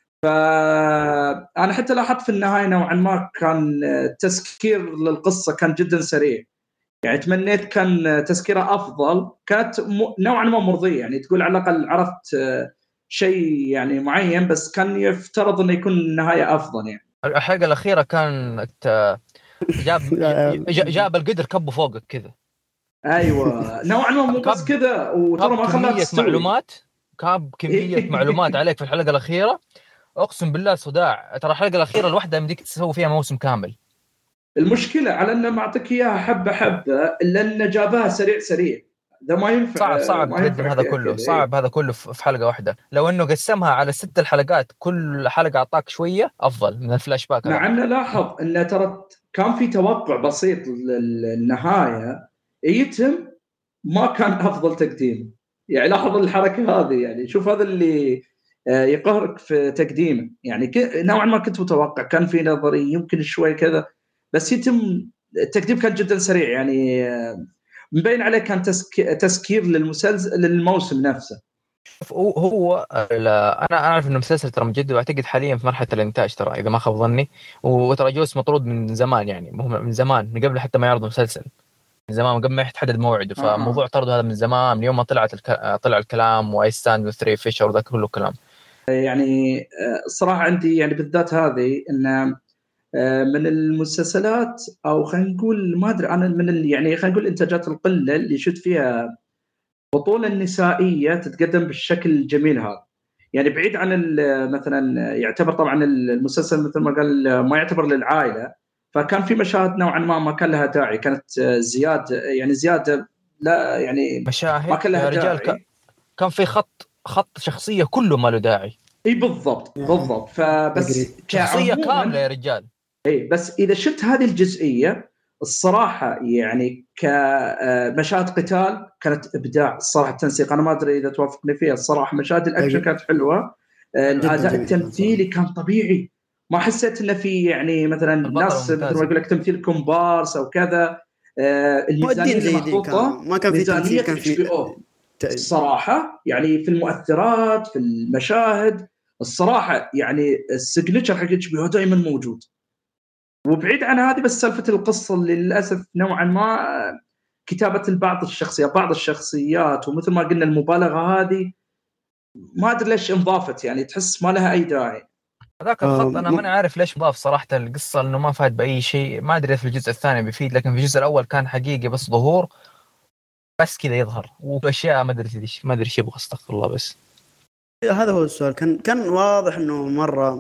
فأنا حتى لاحظت في النهاية نوعا ما كان تسكير للقصة كان جدا سريع، يعني تمنيت كان تسكيرة أفضل، كانت نوعا ما مرضية، يعني تقول على الأقل عرفت شيء يعني معين، بس كان يفترض أنه يكون النهاية أفضل. يعني الحلقة الأخيرة كانت جاب جاب القدر كبه فوقك كذا. أيوة نوعا ما مو بس كذا، وترى ما خلاك تستوي. معلومات كاب كمية معلومات عليك في الحلقة الأخيرة، أقسم بالله صداع. ترى الحلقة الأخيرة الواحدة يمديك تسوي فيها موسم كامل. المشكلة على أنه معطيك إياها حبة حبة، لأن جابها سريع سريع، ده ما ينفع. صعب صعب تقدم هذا كله، صعب هذا كله في حلقة واحدة. لو أنه قسمها على ست الحلقات، كل حلقة أعطاك شوية أفضل من الفلاش باك. مع أنه لاحظ أنه ترى كان في توقع بسيط للنهاية يتم، ما كان أفضل تقديم. يعني لاحظ الحركة هذه، يعني شوف هذا اللي يقهرك في تقديمه. يعني نوعا ما كنت متوقع، كان في نظري يمكن شوي كذا، بس يتم التقديم كان جدا سريع. يعني مبين عليه كان تسكير للمسلسل للموسم نفسه. هو هو انا اعرف انه المسلسل ترى مجدد، واعتقد حاليا في مرحله الانتاج ترى اذا ما خاب ظني. وترى جوس مطرود من زمان، يعني من زمان، من قبل حتى ما يعرض المسلسل، من زمان قبل ما يتحدد موعده. فموضوع آه. طرده هذا من زمان، من يوم ما طلعت الك... طلع الكلام واي ستاند وذ ثري فيشر وذا كله كلام. يعني الصراحه عندي يعني بالذات هذه ان من المسلسلات، او خلينا نقول ما ادري انا، من يعني خلينا نقول انتاجات القله اللي شفت فيها بطوله نسائيه تتقدم بالشكل الجميل هذا. يعني بعيد عن مثلا يعتبر طبعا المسلسل مثل ما قال ما يعتبر للعائله، فكان في مشاهد نوعا ما ما كان لها داعي، كانت زياده يعني زياده لا يعني مشاهد ما كان لها داعي. ك... كان في خط خط شخصيه كله ما له داعي. اي بالضبط بالضبط. فبس شخصيه كامله يا رجال. اي بس اذا شفت هذه الجزئيه الصراحه يعني كمشاهد قتال كانت ابداع الصراحه. التنسيق انا ما ادري اذا توافقني فيها الصراحه، مشاهد الاكشن كانت حلوه، الاداء التمثيلي كان طبيعي، ما حسيت انه في يعني مثلا ناس مثل ما يقول لك تمثيل كومبارس او كذا. الميزانيه اللي محطوطه ما كان في تمثيل، كان في الصراحه يعني في المؤثرات في المشاهد الصراحه، يعني السيجنتشر حق اتش بي او دائما موجود. وبعيد عن هذه بس سالفه القصه اللي للاسف نوعا ما كتابه البعض الشخصيات بعض الشخصيات ومثل ما قلنا المبالغه هذه ما ادري ليش انضافت، يعني تحس ما لها اي داعي. هذاك الخط انا ما عارف ليش ضاف صراحه القصه، انه ما فاد باي شيء. ما ادري في الجزء الثاني بيفيد، لكن في الجزء الاول كان حقيقي بس ظهور بس كذا يظهر، واشياء ما ادري ايش ما ادري ايش يبغى، استغفر الله. بس هذا هو السؤال. كان كان واضح انه مره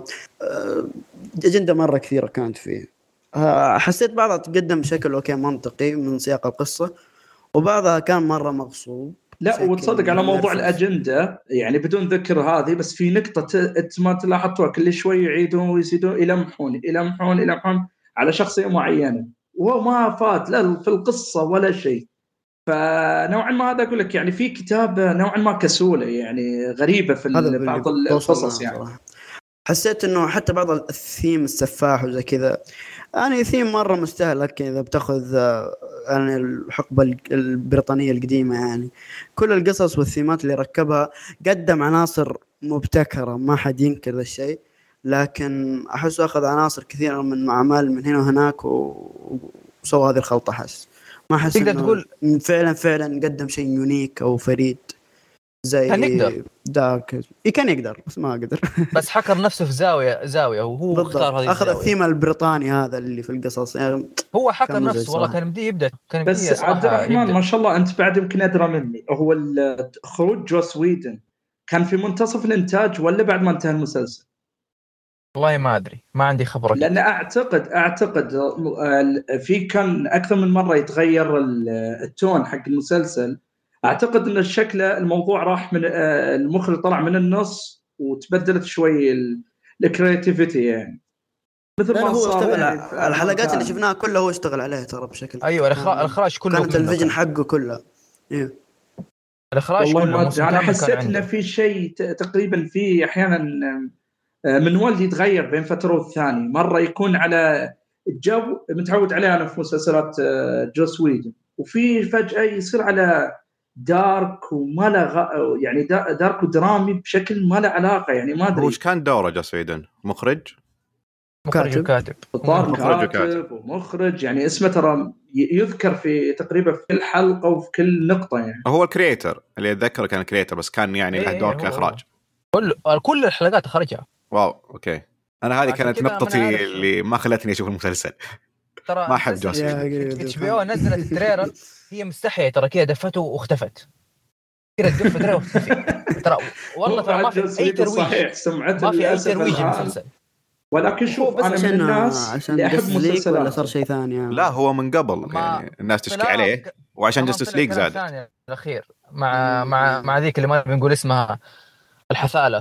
اجنده مره كثيره كانت فيه. حسيت بعضها تقدم بشكل اوكي منطقي من سياق القصه، وبعضها كان مره مغصوب. لا وتصدق على موضوع الاجنده يعني بدون ذكر هذه، بس في نقطه ما تلاحظتوها كل شوي يعيدون ويزيدون يلمحون يلمحون يلمحون على شخصيه معينه، وما فات لا في القصه ولا شيء. فنوعا ما هذا اقول لك يعني في كتابه نوعا ما كسوله، يعني غريبه في بعض القصص يعني. حسيت انه حتى بعض الثيم السفاح وزي كذا يعني ثيم مره مستهلك اذا بتاخذ يعني الحقبه البريطانيه القديمه. يعني كل القصص والثيمات اللي ركبها قدم عناصر مبتكره ما حد ينكر ذا الشيء، لكن احس اخذ عناصر كثيره من اعمال من هنا وهناك وسوى هذه الخلطه. حس ما حس تقدر تقول فعلا فعلا قدم شيء يونيك او فريد زي كان يقدر دارك. إيه كان يقدر بس ما قدر. بس حكر نفسه في زاوية زاوية وهو اختار هذه أخذ الزاوية. الثيم البريطاني هذا اللي في القصص يعني هو حكر نفسه والله كان بدي يبدأ كان بدي بس عبد الرحمن ما شاء الله أنت بعد يمكن أدرى مني. هو خروج جوس ويدن كان في منتصف الإنتاج ولا بعد ما انتهى المسلسل؟ والله ما أدري ما عندي خبرة. لأن أعتقد أعتقد في كان أكثر من مرة يتغير التون حق المسلسل. أعتقد أن الشكل الموضوع راح من المخرج طلع من النص وتبدلت شوي الكرياتيفيتي يعني مثل ما هو اشتغل يعني الحلقات اللي شفناها كلها هو اشتغل عليها ترى بشكل أيوة الإخراج كله كانت الفيجن حقه كله. إيه الإخراج كله. أنا حسيت إنه في شيء تقريبا في أحيانا من والدي يتغير بين فترة والثاني. مرة يكون على الجو متعود عليه أنا في مسلسلات جوس ويدن وفي فجأة يصير على دارك وما له يعني دارك ودرامي بشكل ما له علاقة يعني ما أدري. وش كان دوره جوس ويدن؟ مخرج؟ مخرج وكاتب. مخرج وكاتب ومخرج يعني اسمه ترى يذكر في تقريبا في الحلقة وفي كل نقطة يعني. هو الكرياتر اللي أتذكر كان الكرياتر بس كان يعني له دور كإخراج. كل كل الحلقات أخرجها. واو أوكي. أنا هذه كانت نقطتي اللي ما خلتني أشوف المسلسل. ترى ما أحب جوس ويدن. اتش بي او نزلت التريلر هي مستحية ترى كذا دفته واختفت كذا دفت ترى واختفت ترى والله ترى ما في أي ترويج سمعته ما في أي ترويج المسلسل. ولكن شوف أنا من الناس اللي أحب مسلسلات ولا صار شيء ثاني يعني. لا هو من قبل يعني الناس تشكي عليه وعشان جاستس ليج زاد الأخير مع مع مع ذيك اللي ما بنقول اسمها الحثالة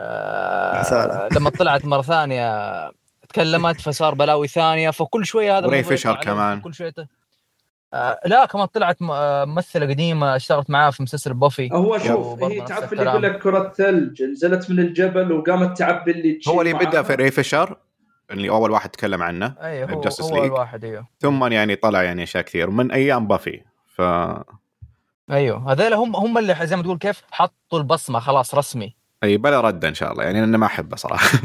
آه لما طلعت مرة ثانية تكلمت فصار بلاوي ثانية فكل شوية هذا وري فيشر كمان كل شوية آه لا كمان طلعت ممثلة قديمة اشتغلت معاه في مسلسل بوفي. هو شوف هي تعرف اللي يقول لك كرة ثلج نزلت من الجبل وقامت تعبي اللي هو اللي بدأ في ري فيشر اللي أول واحد تكلم عنه. أيه هو, هو الواحد أيوه. ثم يعني طلع يعني أشياء كثير من أيام بافي ف أيوه هذول هم هم اللي زي ما تقول كيف حطوا البصمة خلاص رسمي. أي بلا رد إن شاء الله يعني أنا ما أحبه صراحة.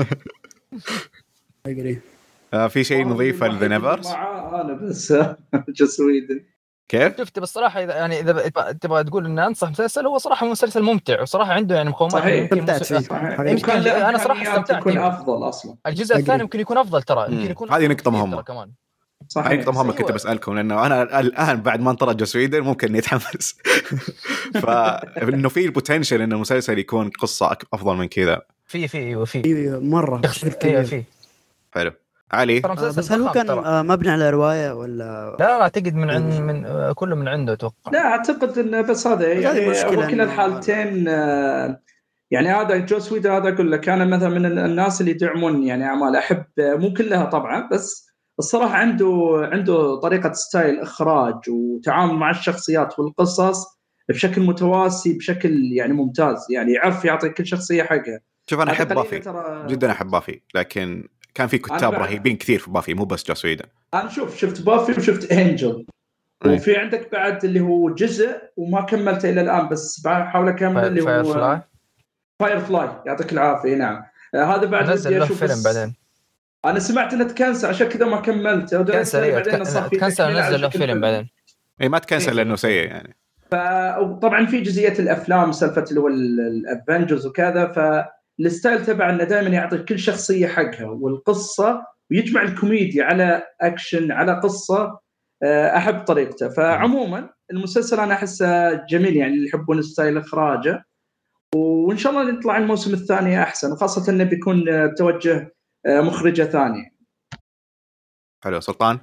في شيء نظيف لذا نيفرز أنا بس جوس ويدن كيف شفت بالصراحة إذا يعني إذا تبغى تقول إن أنصح مسلسل هو صراحة مسلسل ممتع وصراحة عنده يعني مقومات يمكن أنا صراحة استمتعت يكون أفضل أصلا. الجزء الثاني يمكن يكون أفضل ترى يمكن يكون هذه نقطة مهمة كمان. صحيح نقطة مهمة كنت بسألكم لأنه أنا الآن بعد ما انطرد جوس ويدن ممكن يتحمس فإنه في البوتنشل إنه المسلسل يكون قصة أفضل من كذا. في في وفي مرة في في حلو علي بس هل هو كان مبني على رواية ولا لا لا أعتقد من عند من كله من عنده أتوقع. لا أعتقد إنه بس هذا يعني وكلا الحالتين يعني هذا جوس ويدن هذا أقول لك أنا مثلا من الناس اللي يدعمون يعني أعمال أحب مو كلها طبعا بس الصراحة عنده عنده طريقة ستايل إخراج وتعامل مع الشخصيات والقصص بشكل متواسي بشكل يعني ممتاز يعني يعرف يعطي كل شخصية حقها. شوف أنا أحب بافي ترى... جدا أحب بافي لكن كان في كتاب رهيبين كثير في بافي مو بس جوس ويدن. أنا شوف شفت بافي وشفت إنجل وفي عندك بعد اللي هو جزء وما كملته إلى الآن بس بحاول أكمل اللي هو فاير فلاي فاير فلاي يعطيك العافية. نعم هذا بعد نزل له فيلم بعدين أنا سمعت إنه تكنسل عشان كذا ما كملته بعدين تكنسل نزل له فيلم بعدين إيه ما تكنسل لأنه سيء يعني. فطبعا في جزئية الأفلام سالفة اللي هو الأفنجرز وكذا فالستايل تبع إنه دائما يعطي كل شخصية حقها والقصة ويجمع الكوميديا على أكشن على قصة أحب طريقته. فعموما المسلسل أنا أحسه جميل يعني اللي يحبون ستايل إخراجه وإن شاء الله نطلع الموسم الثاني أحسن وخاصة إنه بيكون توجه مخرجة ثانية. حلو سلطان.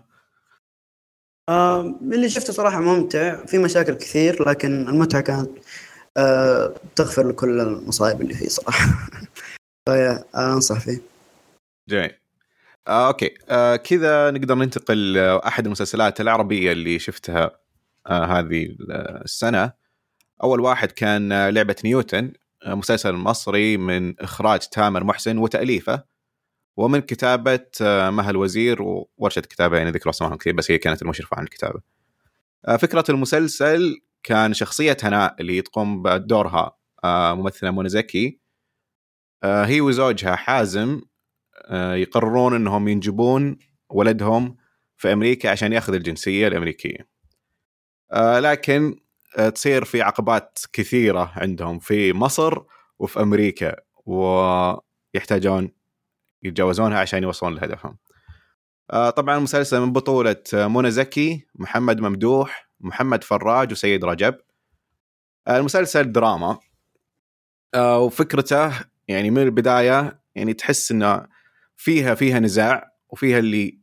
آه اللي شفته صراحة ممتع في مشاكل كثير لكن المتعة كانت آه تغفر لكل المصايب اللي فيه صراحة. فيا أنصح فيه. جميل. آه أوكي آه كذا نقدر ننتقل أحد المسلسلات العربية اللي شفتها آه هذه السنة. أول واحد كان لعبة نيوتن مسلسل مصري من إخراج تامر محسن وتأليفه ومن كتابة مها الوزير وورشة كتابة يعني ذكر اسمهم كثير بس هي كانت المشرفة عن الكتابة. فكرة المسلسل كان شخصية هناء اللي تقوم بدورها ممثلة منى زكي، هي وزوجها حازم يقررون أنهم ينجبون ولدهم في أمريكا عشان يأخذ الجنسية الأمريكية، لكن تصير في عقبات كثيرة عندهم في مصر وفي أمريكا ويحتاجون يتجاوزونها عشان يوصلون لهدفهم. طبعا المسلسل من بطولة منى زكي، محمد ممدوح، محمد فراج وسيد رجب. المسلسل دراما وفكرته يعني من البداية يعني تحس إنه فيها فيها نزاع وفيها اللي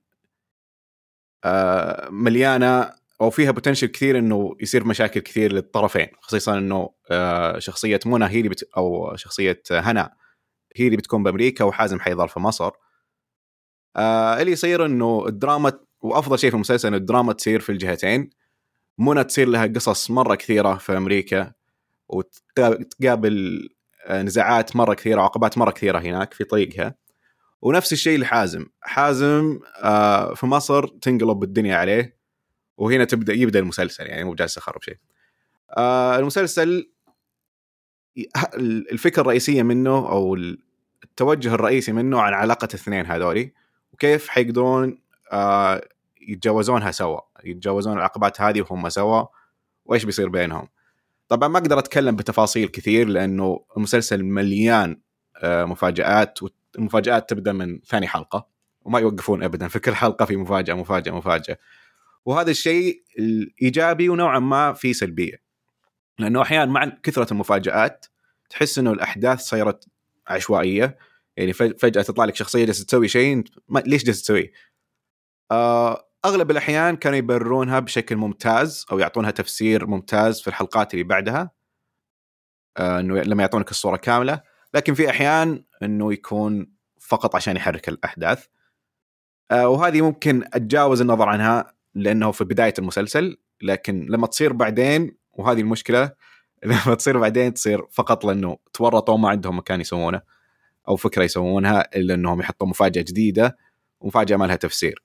مليانة أو فيها بوتنشل كثير إنه يصير مشاكل كثير للطرفين، خصيصا إنه شخصية منى هي اللي بت أو شخصية هنا هي اللي بتكون بأمريكا وحازم حيظل في مصر. اللي يصير إنه الدراما، وأفضل شيء في المسلسل إنه الدراما تصير في الجهتين. منى تصير لها قصص مرة كثيرة في أمريكا وتقابل نزاعات مرة كثيرة وعقبات مرة كثيرة هناك في طريقها، ونفس الشيء لحازم. حازم في مصر تنقلب الدنيا عليه وهنا تبدأ يبدأ المسلسل، يعني مو جالس أخرب شيء. المسلسل الفكرة الرئيسية منه أو التوجه الرئيسي منه عن علاقة الاثنين هذولي وكيف حيقدرون يتجاوزونها سوا، يتجاوزون العقبات هذه وهم سوا وإيش بيصير بينهم. طبعا ما أقدر أتكلم بتفاصيل كثير لأنه المسلسل مليان مفاجآت، والمفاجآت تبدأ من ثاني حلقة وما يوقفون أبدا، في كل حلقة في مفاجأة مفاجأة مفاجأة. وهذا الشيء الإيجابي ونوعا ما في سلبية، لأنه أحيانا مع كثرة المفاجآت تحس إنه الأحداث صارت عشوائية، يعني فجأة تطلع لك شخصية جالسة تسوي شيء ليش جالسة تسوي. أغلب الأحيان كانوا يبررونها بشكل ممتاز أو يعطونها تفسير ممتاز في الحلقات اللي بعدها، إنه لما يعطونك الصورة كاملة. لكن في أحيان إنه يكون فقط عشان يحرك الأحداث، وهذه ممكن أتجاوز النظر عنها لأنه في بداية المسلسل، لكن لما تصير بعدين، وهذه المشكلة، لما تصير بعدين تصير فقط لأنه تورطوا ما عندهم مكان يسوونه أو فكرة يسوونها إلا أنهم يحطوا مفاجأة جديدة ومفاجأة ما لها تفسير.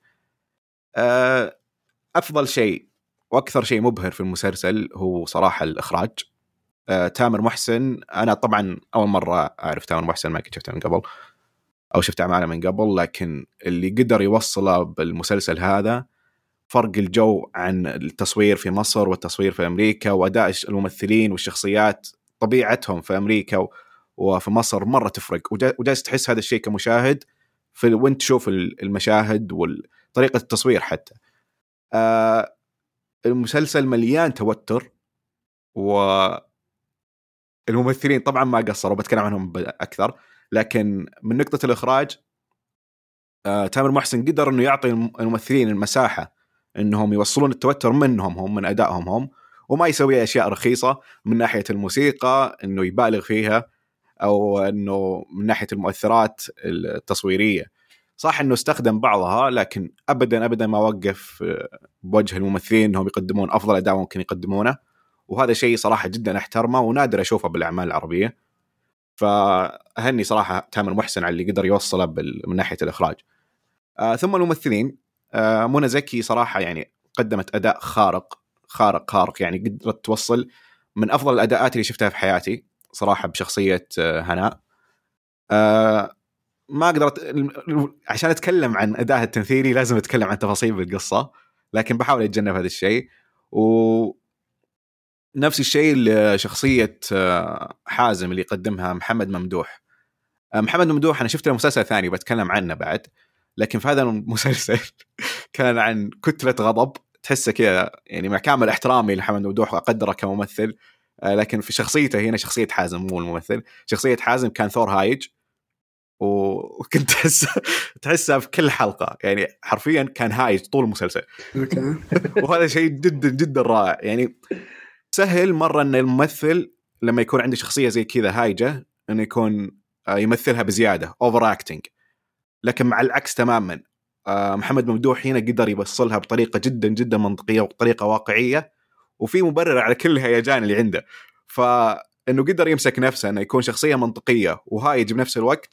أفضل شيء وأكثر شيء مبهر في المسلسل هو صراحة الإخراج. تامر محسن، أنا طبعا أول مرة أعرف تامر محسن، ما كنت شفته من قبل أو شفت أعماله من قبل، لكن اللي قدر يوصله بالمسلسل هذا فرق الجو عن التصوير في مصر والتصوير في أمريكا، وأداء الممثلين والشخصيات طبيعتهم في أمريكا وفي مصر مرة تفرق، وجالس تحس هذا الشيء كمشاهد في وانت تشوف المشاهد وطريقة التصوير حتى. آه المسلسل مليان توتر، والممثلين طبعا ما قصروا، بتكلم عنهم أكثر، لكن من نقطة الإخراج آه تامر محسن قدر إنه يعطي الممثلين المساحة إنهم يوصلون التوتر منهم هم، من أدائهم هم، وما يسوي أشياء رخيصة من ناحية الموسيقى إنه يبالغ فيها، أو إنه من ناحية المؤثرات التصويرية. صح إنه استخدم بعضها، لكن أبدا أبدا ما وقف بوجه الممثلين إنهم يقدمون أفضل أداء ممكن يقدمونه، وهذا شيء صراحة جدا أحترمه ونادر أشوفه بالأعمال العربية. فأهني صراحة تامر محسن على اللي قدر يوصله من ناحية الإخراج. آه ثم الممثلين، آه منى زكي صراحة يعني قدمت أداء خارق خارق خارق، يعني قدرت توصل من أفضل الأداءات اللي شفتها في حياتي صراحة بشخصية آه هناء. آه ما قدرت عشان أتكلم عن أداءها التمثيلي لازم أتكلم عن تفاصيل بالقصة، لكن بحاول أتجنب هذا الشيء. ونفس الشيء لشخصية آه حازم اللي قدمها محمد ممدوح. آه محمد ممدوح أنا شفت له مسلسل ثاني بتكلم عنه بعد، لكن في هذا المسلسل كان عن كتلة غضب، تحسه كذا يعني مع كامل احترامي لمحمد ممدوح وأقدره كممثل، لكن في شخصيته هنا شخصية حازم مو الممثل، شخصية حازم كان ثور هايج، وكنت تحس تحسها في كل حلقة، يعني حرفيا كان هايج طول المسلسل. وهذا شيء جدا جدا رائع. يعني سهل مرة أن الممثل لما يكون عنده شخصية زي كذا هايجة أنه يكون يمثلها بزيادة over acting، لكن مع العكس تماما محمد ممدوح هنا قدر يوصلها بطريقة جدا جدا منطقية وبطريقة واقعية، وفي مبرر على كل هيجان اللي عنده. فإنه قدر يمسك نفسه أنه يكون شخصية منطقية وهايج بنفس الوقت،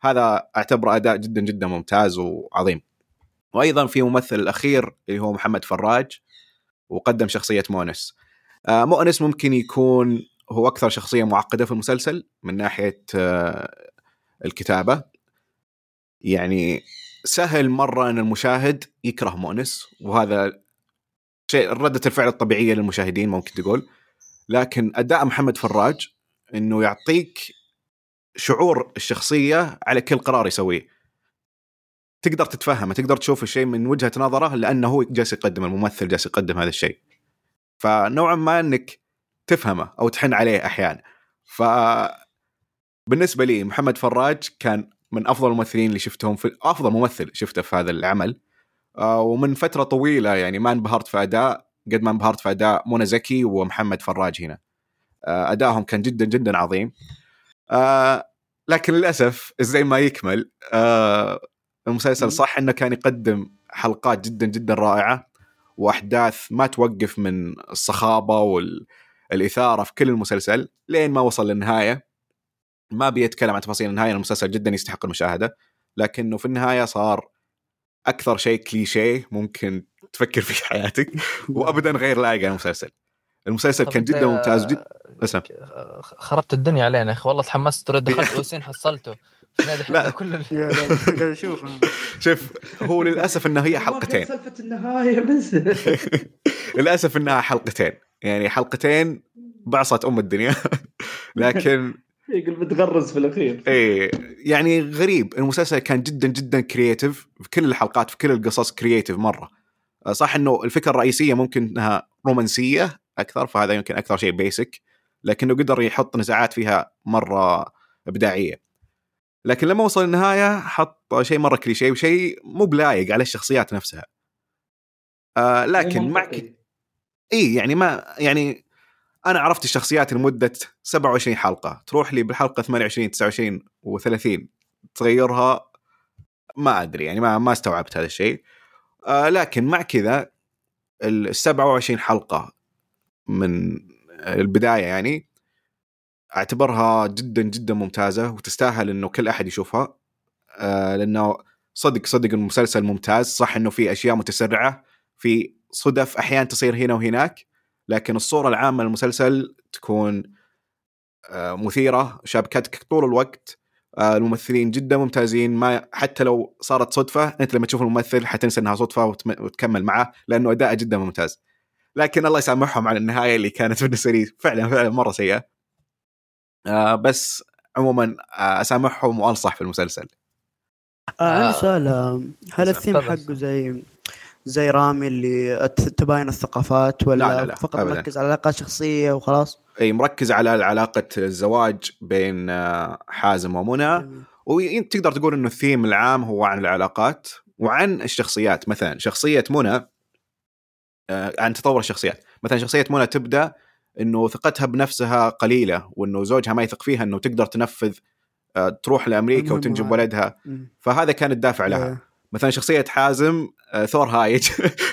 هذا أعتبره أداء جدا جدا ممتاز وعظيم. وأيضا في ممثل الأخير اللي هو محمد فراج، وقدم شخصية مؤنس. آه مؤنس ممكن يكون هو أكثر شخصية معقدة في المسلسل من ناحية آه الكتابة. يعني سهل مرة أن المشاهد يكره مؤنس، وهذا شيء ردة الفعل الطبيعية للمشاهدين ممكن تقول. لكن أداء محمد فراج إنه يعطيك شعور الشخصية على كل قرار يسويه، تقدر تتفهمه، تقدر تشوف الشيء من وجهة نظره، لأنه هو جالس يقدم، الممثل جالس يقدم هذا الشيء، فنوعا ما أنك تفهمه أو تحن عليه أحيانا. فبالنسبة لي محمد فراج كان من أفضل الممثلين اللي شفتهم، في أفضل ممثل شفته في هذا العمل. ومن فترة طويلة يعني ما انبهرت في أداء قد ما انبهرت في أداء منى زكي ومحمد فراج هنا. أدائهم كان جدا جدا عظيم. لكن للأسف زي ما يكمل المسلسل، صح إنه كان يقدم حلقات جدا جدا رائعة وأحداث ما توقف من الصخابة والإثارة في كل المسلسل لين ما وصل للنهاية. ما بيتكلم عن تفاصيل النهاية، المسلسل جدا يستحق المشاهدة، لكنه في النهاية صار أكثر شيء كليشيه ممكن تفكر في حياتك، وأبدا غير لايق المسلسل. المسلسل كان جدا ممتاز جدا. اسم خربت الدنيا علينا يا اخي، والله تحمست ترد دخلت اوسين حصلته لا كل ال... شوف شوف هو للاسف انها هي حلقتين، سالفه النهايه بس للاسف انها حلقتين، يعني حلقتين بعصت ام الدنيا. لكن يقول بتغرز في الاخير. ايه يعني غريب، المسلسل كان جدا جدا كرياتيف في كل الحلقات، في كل القصص كرياتيف مره. صح انه الفكره الرئيسيه ممكن انها رومانسيه اكثر، فهذا يمكن اكثر شيء بيسك، لكنه قدر يحط نزاعات فيها مره ابداعيه. لكن لما وصل النهايه حط شيء مره كليشيه وشيء مو بلايق على الشخصيات نفسها. آه لكن معك اي يعني ما يعني انا عرفت الشخصيات لمده سبعة وعشرين حلقه، تروح لي بالحلقه ثمانية وعشرين تسعة وعشرين وثلاثين تغيرها، ما ادري يعني ما ما استوعبت هذا الشيء. آه لكن مع كذا ال سبعة وعشرين حلقه من البدايه يعني اعتبرها جدا جدا ممتازه وتستاهل انه كل احد يشوفها. آه لانه صدق صدق المسلسل ممتاز. صح انه في اشياء متسرعه، في صدف احيانا تصير هنا وهناك، لكن الصوره العامه للمسلسل تكون آه مثيره، شابكتك طول الوقت. آه الممثلين جدا ممتازين، ما حتى لو صارت صدفه انت لما تشوف الممثل حتنسى انها صدفه وتكمل معه لانه اداءه جدا ممتاز. لكن الله يسامحهم على النهايه اللي كانت بالنسبه لي فعلا فعلا مره سيئه. آه بس عموما آه اسامحهم وانصح في المسلسل. آه عندي سؤال، هل الثيم حقه زي زي رامي اللي تباين الثقافات، ولا لا لا لا فقط أبداً. مركز على علاقات شخصية وخلاص؟ اي مركز على علاقة الزواج بين حازم ومنى، وتقدر تقول انه الثيم العام هو عن العلاقات وعن الشخصيات. مثلا شخصية منى عن تطور الشخصيات. مثلا شخصية منى تبدأ انه ثقتها بنفسها قليلة، وانه زوجها ما يثق فيها انه تقدر تنفذ تروح لأمريكا وتنجب ولدها، فهذا كان الدافع لها. مثلا شخصية حازم ثور هايج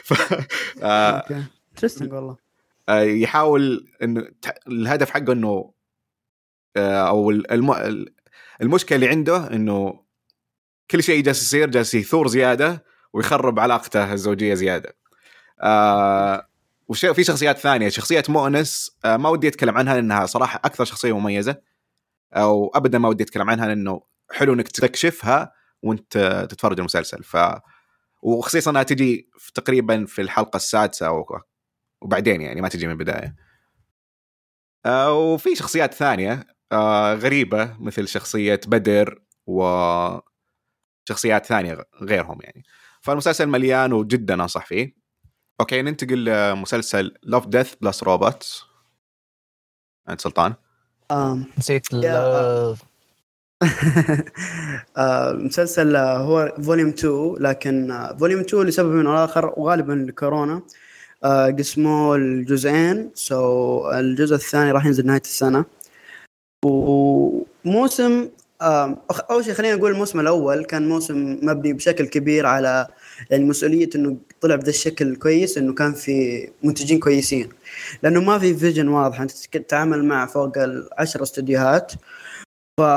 اوكي ترستنج والله. يحاول انه الهدف حقه انه او الم... المشكله اللي عنده انه كل شيء جالس يصير جالس يثور زياده ويخرب علاقته الزوجيه زياده. آه وشيء في شخصيات ثانيه، شخصيه مؤنس آه ما ودي اتكلم عنها لانها صراحه اكثر شخصيه مميزه، او ابدا ما ودي اتكلم عنها لانه حلو انك تكشفها وانت تتفرج المسلسل. ف وخصيصا انها تجي في تقريبا في الحلقه السادسه و... وبعدين يعني ما تجي من البدايه. آه وفي شخصيات ثانيه آه غريبه مثل شخصيه بدر وشخصيات ثانيه غيرهم يعني. فالمسلسل مليان وجدا انصح فيه. اوكي ننتقل لمسلسل Love Death Plus Robots. انت سلطان؟ آم. نسيت آه مسلسل هو فوليوم اثنين، لكن فوليوم اثنين لسبب من آخر وغالبا الكورونا قسموه الجزئين. سو الجزء الثاني راح ينزل نهاية السنة. وموسم أول شيء خلينا نقول الموسم الأول كان موسم مبني بشكل كبير على يعني مسؤولية إنه طلع بهذا الشكل كويس، إنه كان في منتجين كويسين، لأنه ما في فيجن واضح. أنت تتعامل مع فوق العشر استوديوهات، ف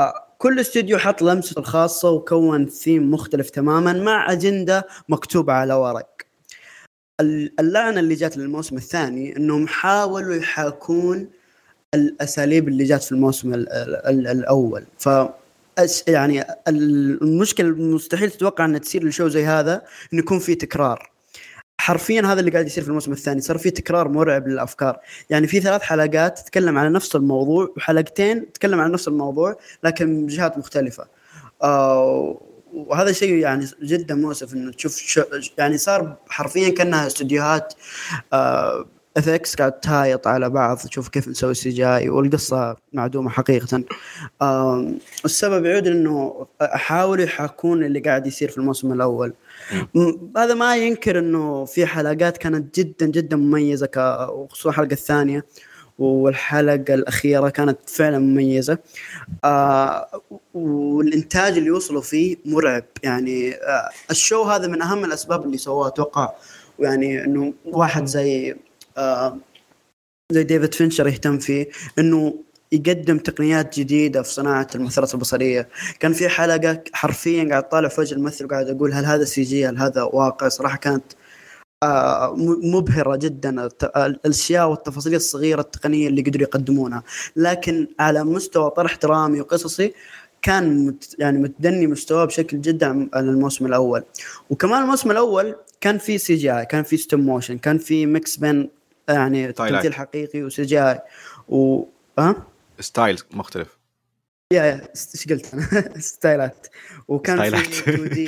كل استوديو حط لمسته الخاصة وكون ثيم مختلف تماما مع أجندة مكتوبة على ورق. اللعنة اللي جات للموسم الثاني إنهم حاولوا يحاكون الأساليب اللي جات في الموسم ال ال الأول. ف يعني المشكلة مستحيل تتوقع أن تصير لشو زي هذا إنه يكون فيه تكرار. حرفيا هذا اللي قاعد يصير في الموسم الثاني، صار فيه تكرار مرعب للأفكار. يعني في ثلاث حلقات تتكلم على نفس الموضوع وحلقتين تتكلم على نفس الموضوع لكن بجهات مختلفة. آه وهذا شيء يعني جدا مؤسف انه تشوف يعني صار حرفيا كأنها استديوهات آه افكس قاعد تهايط على بعض، تشوف كيف نسوي سي جاي والقصة معدومة حقيقة. آه السبب يعود انه حاولوا يحاكون اللي قاعد يصير في الموسم الاول. هذا ما ينكر انه في حلقات كانت جدا جدا مميزة، وخصوصا الحلقة الثانية والحلقة الأخيرة كانت فعلا مميزة. آه والإنتاج اللي وصلوا فيه مرعب. يعني آه الشو هذا من أهم الأسباب اللي سووها أتوقع، يعني إنه واحد زي آه زي ديفيد فينشر يهتم فيه إنه يقدم تقنيات جديدة في صناعة المؤثرات البصرية. كان في حلقة حرفيا قاعد طالع في وجه الممثل وقاعد أقول هل هذا سي جي هل هذا واقع. صراحة كانت آه مبهرة جدا الأشياء والتفاصيل الصغيرة التقنية اللي قدروا يقدمونها، لكن على مستوى طرح درامي وقصصي كان مت يعني متدني مستوى بشكل جدا على الموسم الأول. وكمان الموسم الأول كان في سي جي آي، كان في ستوب موشن، كان في ميكس بين يعني تمثيل حقيقي وسي جي آي و ها ستايل مختلف. يا يا ايش قلت انا ستايلات. وكان ستايلات. في تو دي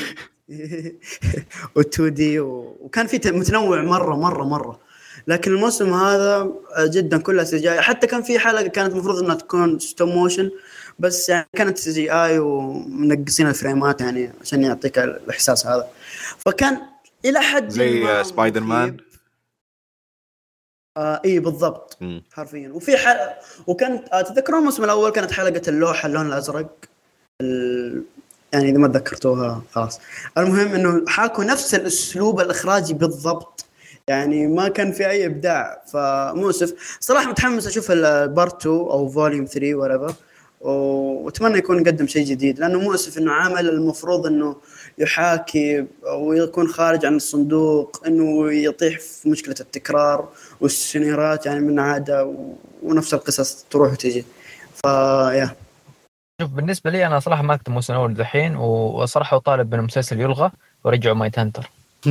و2 دي وكان في متنوع مرة مرة مرة. لكن الموسم هذا جدا كلها سي جي آي. حتى كان في حلقة كانت المفروض انها تكون ستوب موشن بس يعني كانت سي جي آي ومنقصين الفريمات يعني عشان يعطيك الإحساس هذا. فكان إلى حد زي سبايدر مان. آه إيه بالضبط م. حرفيا. وفي حلقة وكانت أتذكرون الموسم الأول كانت حلقة اللوحة اللون الأزرق ال... يعني إذا ما تذكرتوها خلاص. المهم إنه حاكوا نفس الأسلوب الإخراجي بالضبط، يعني ما كان في أي إبداع. فمؤسف صراحة. متحمس أشوف البارت تو أو فوليوم ثري whatever، وأتمنى يكون يقدم شيء جديد، لأنه مؤسف إنه عمل المفروض إنه يحاكي ويكون خارج عن الصندوق، إنه يطيح في مشكلة التكرار والسيناريوهات يعني من عادة ونفس القصص تروح وتيجي. فيا شوف بالنسبة لي أنا صراحة ما أكتب موسم أول دحين، وصراحة أطالب بأن المسلسل يلغى ورجعوا مايت هانتر.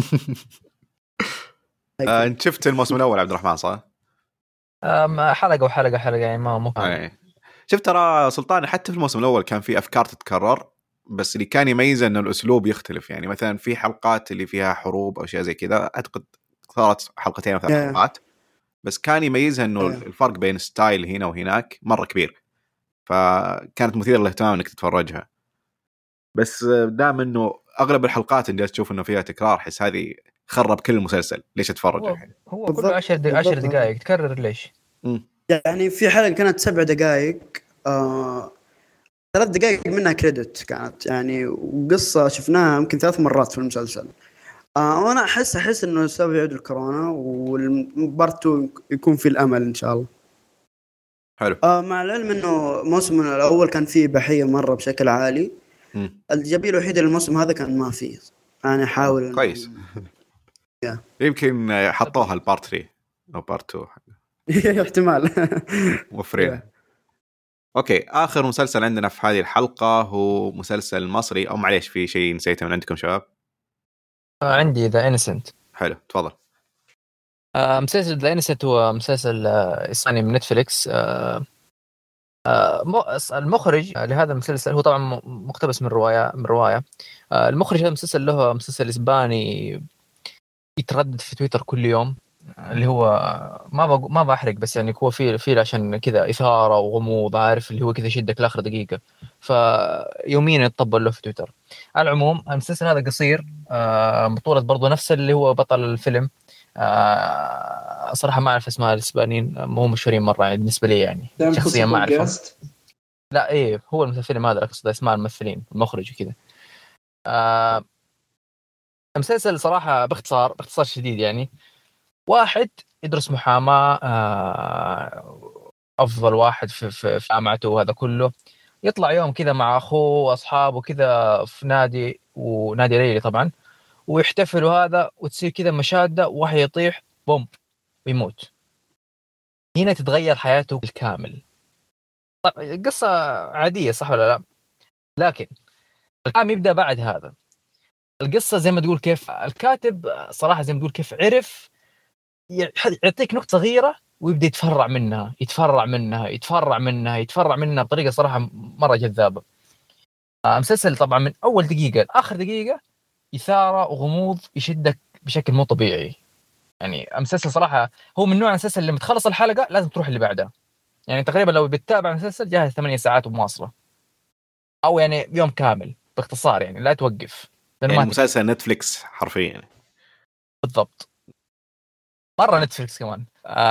آه، أنت شفت الموسم الأول عبد الرحمن صح؟ حلقة وحلقة حلقة يعني ما مو شفت ترى سلطان حتى في الموسم الأول كان في أفكار تتكرر، بس اللي كان يميز إنه الأسلوب يختلف. يعني مثلا في حلقات اللي فيها حروب أو شيء زي كذا أعتقد صارت حلقتين أو ثلاث حلقات، بس كان يميزها إنه الفرق بين ستايل هنا وهناك مرة كبير، فكانت مثيرة للاهتمام إنك تتفرجها. بس دام إنه أغلب الحلقات اللي تشوف إنه فيها تكرار حس هذه خرب كل المسلسل. ليش أتفرج هو, هو كل عشر دق... عشر دقائق تكرر ليش؟ م. يعني في حلقة كانت سبع دقائق آه... ثلاث دقائق منها كريدت كانت يعني، وقصة شفناها يمكن ثلاث مرات في المسلسل. آه وأنا أحس أحس إنه السبب يعود الكورونا والبارتو يكون في الأمل إن شاء الله. حلو. آه مع العلم إنه الموسم الأول كان فيه بحية مرة بشكل عالي. م. الإيجابية الوحيدة للموسم هذا كان ما فيه. أنا أحاول كويس. يمكن حطوها البارت ثري أو بارت تو. احتمال. وفرين. اوكي اخر مسلسل عندنا في هذه الحلقه هو مسلسل مصري، او معليش في شيء نسيته من عندكم شباب؟ آه عندي ذا إنسنت. حلو تفضل. آه مسلسل ذا إنسنت هو مسلسل آه إسباني من نتفليكس. آه آه المخرج لهذا المسلسل هو طبعا مقتبس من روايه من روايه آه المخرج هذا المسلسل له مسلسل إسباني يتردد في تويتر كل يوم، اللي هو ما بق... ما بحرق بس يعني هو في في عشان كذا إثارة وغموض، عارف اللي هو كذا يشدك لآخر دقيقة، فيوميا يتطبل له في تويتر. على العموم المسلسل هذا قصير، آه بطولة برضو نفس اللي هو بطل الفيلم. آه صراحة ما أعرف اسماء الإسبانيين، مو مشهورين مرة يعني بالنسبة لي، يعني شخصيا ما أعرفهم. لا إيه هو الفيلم هذا أقصد اسماء الممثلين المخرج وكذا. آه المسلسل صراحة باختصار باختصار شديد يعني واحد يدرس محاماة، أفضل واحد في في جامعته وهذا كله، يطلع يوم كذا مع اخوه واصحابه كذا في نادي، ونادي ليلي طبعا، ويحتفلوا هذا، وتصير كذا مشاده، وواحد يطيح بوم ويموت. هنا تتغير حياته بالكامل. طيب قصة عادية صح ولا لا؟ لكن الكلام يبدأ بعد هذا. القصة زي ما تقول كيف الكاتب صراحة زي ما تقول كيف عرف يعطيك نقطة صغيرة ويبدأ يتفرع منها يتفرع منها يتفرع منها يتفرع منها بطريقة صراحة مرة جذابة. مسلسل طبعا من أول دقيقة لآخر دقيقة إثارة وغموض يشدك بشكل مو طبيعي. يعني مسلسل صراحة هو من نوع المسلسل اللي متخلص الحلقة لازم تروح اللي بعدها. يعني تقريبا لو بتتابع مسلسل جاهز ثمانية ساعات ومواصلة، أو يعني يوم كامل باختصار، يعني لا توقف. يعني مسلسل نتفليكس حرفيا. بالضبط، مرة نتفليكس كمان.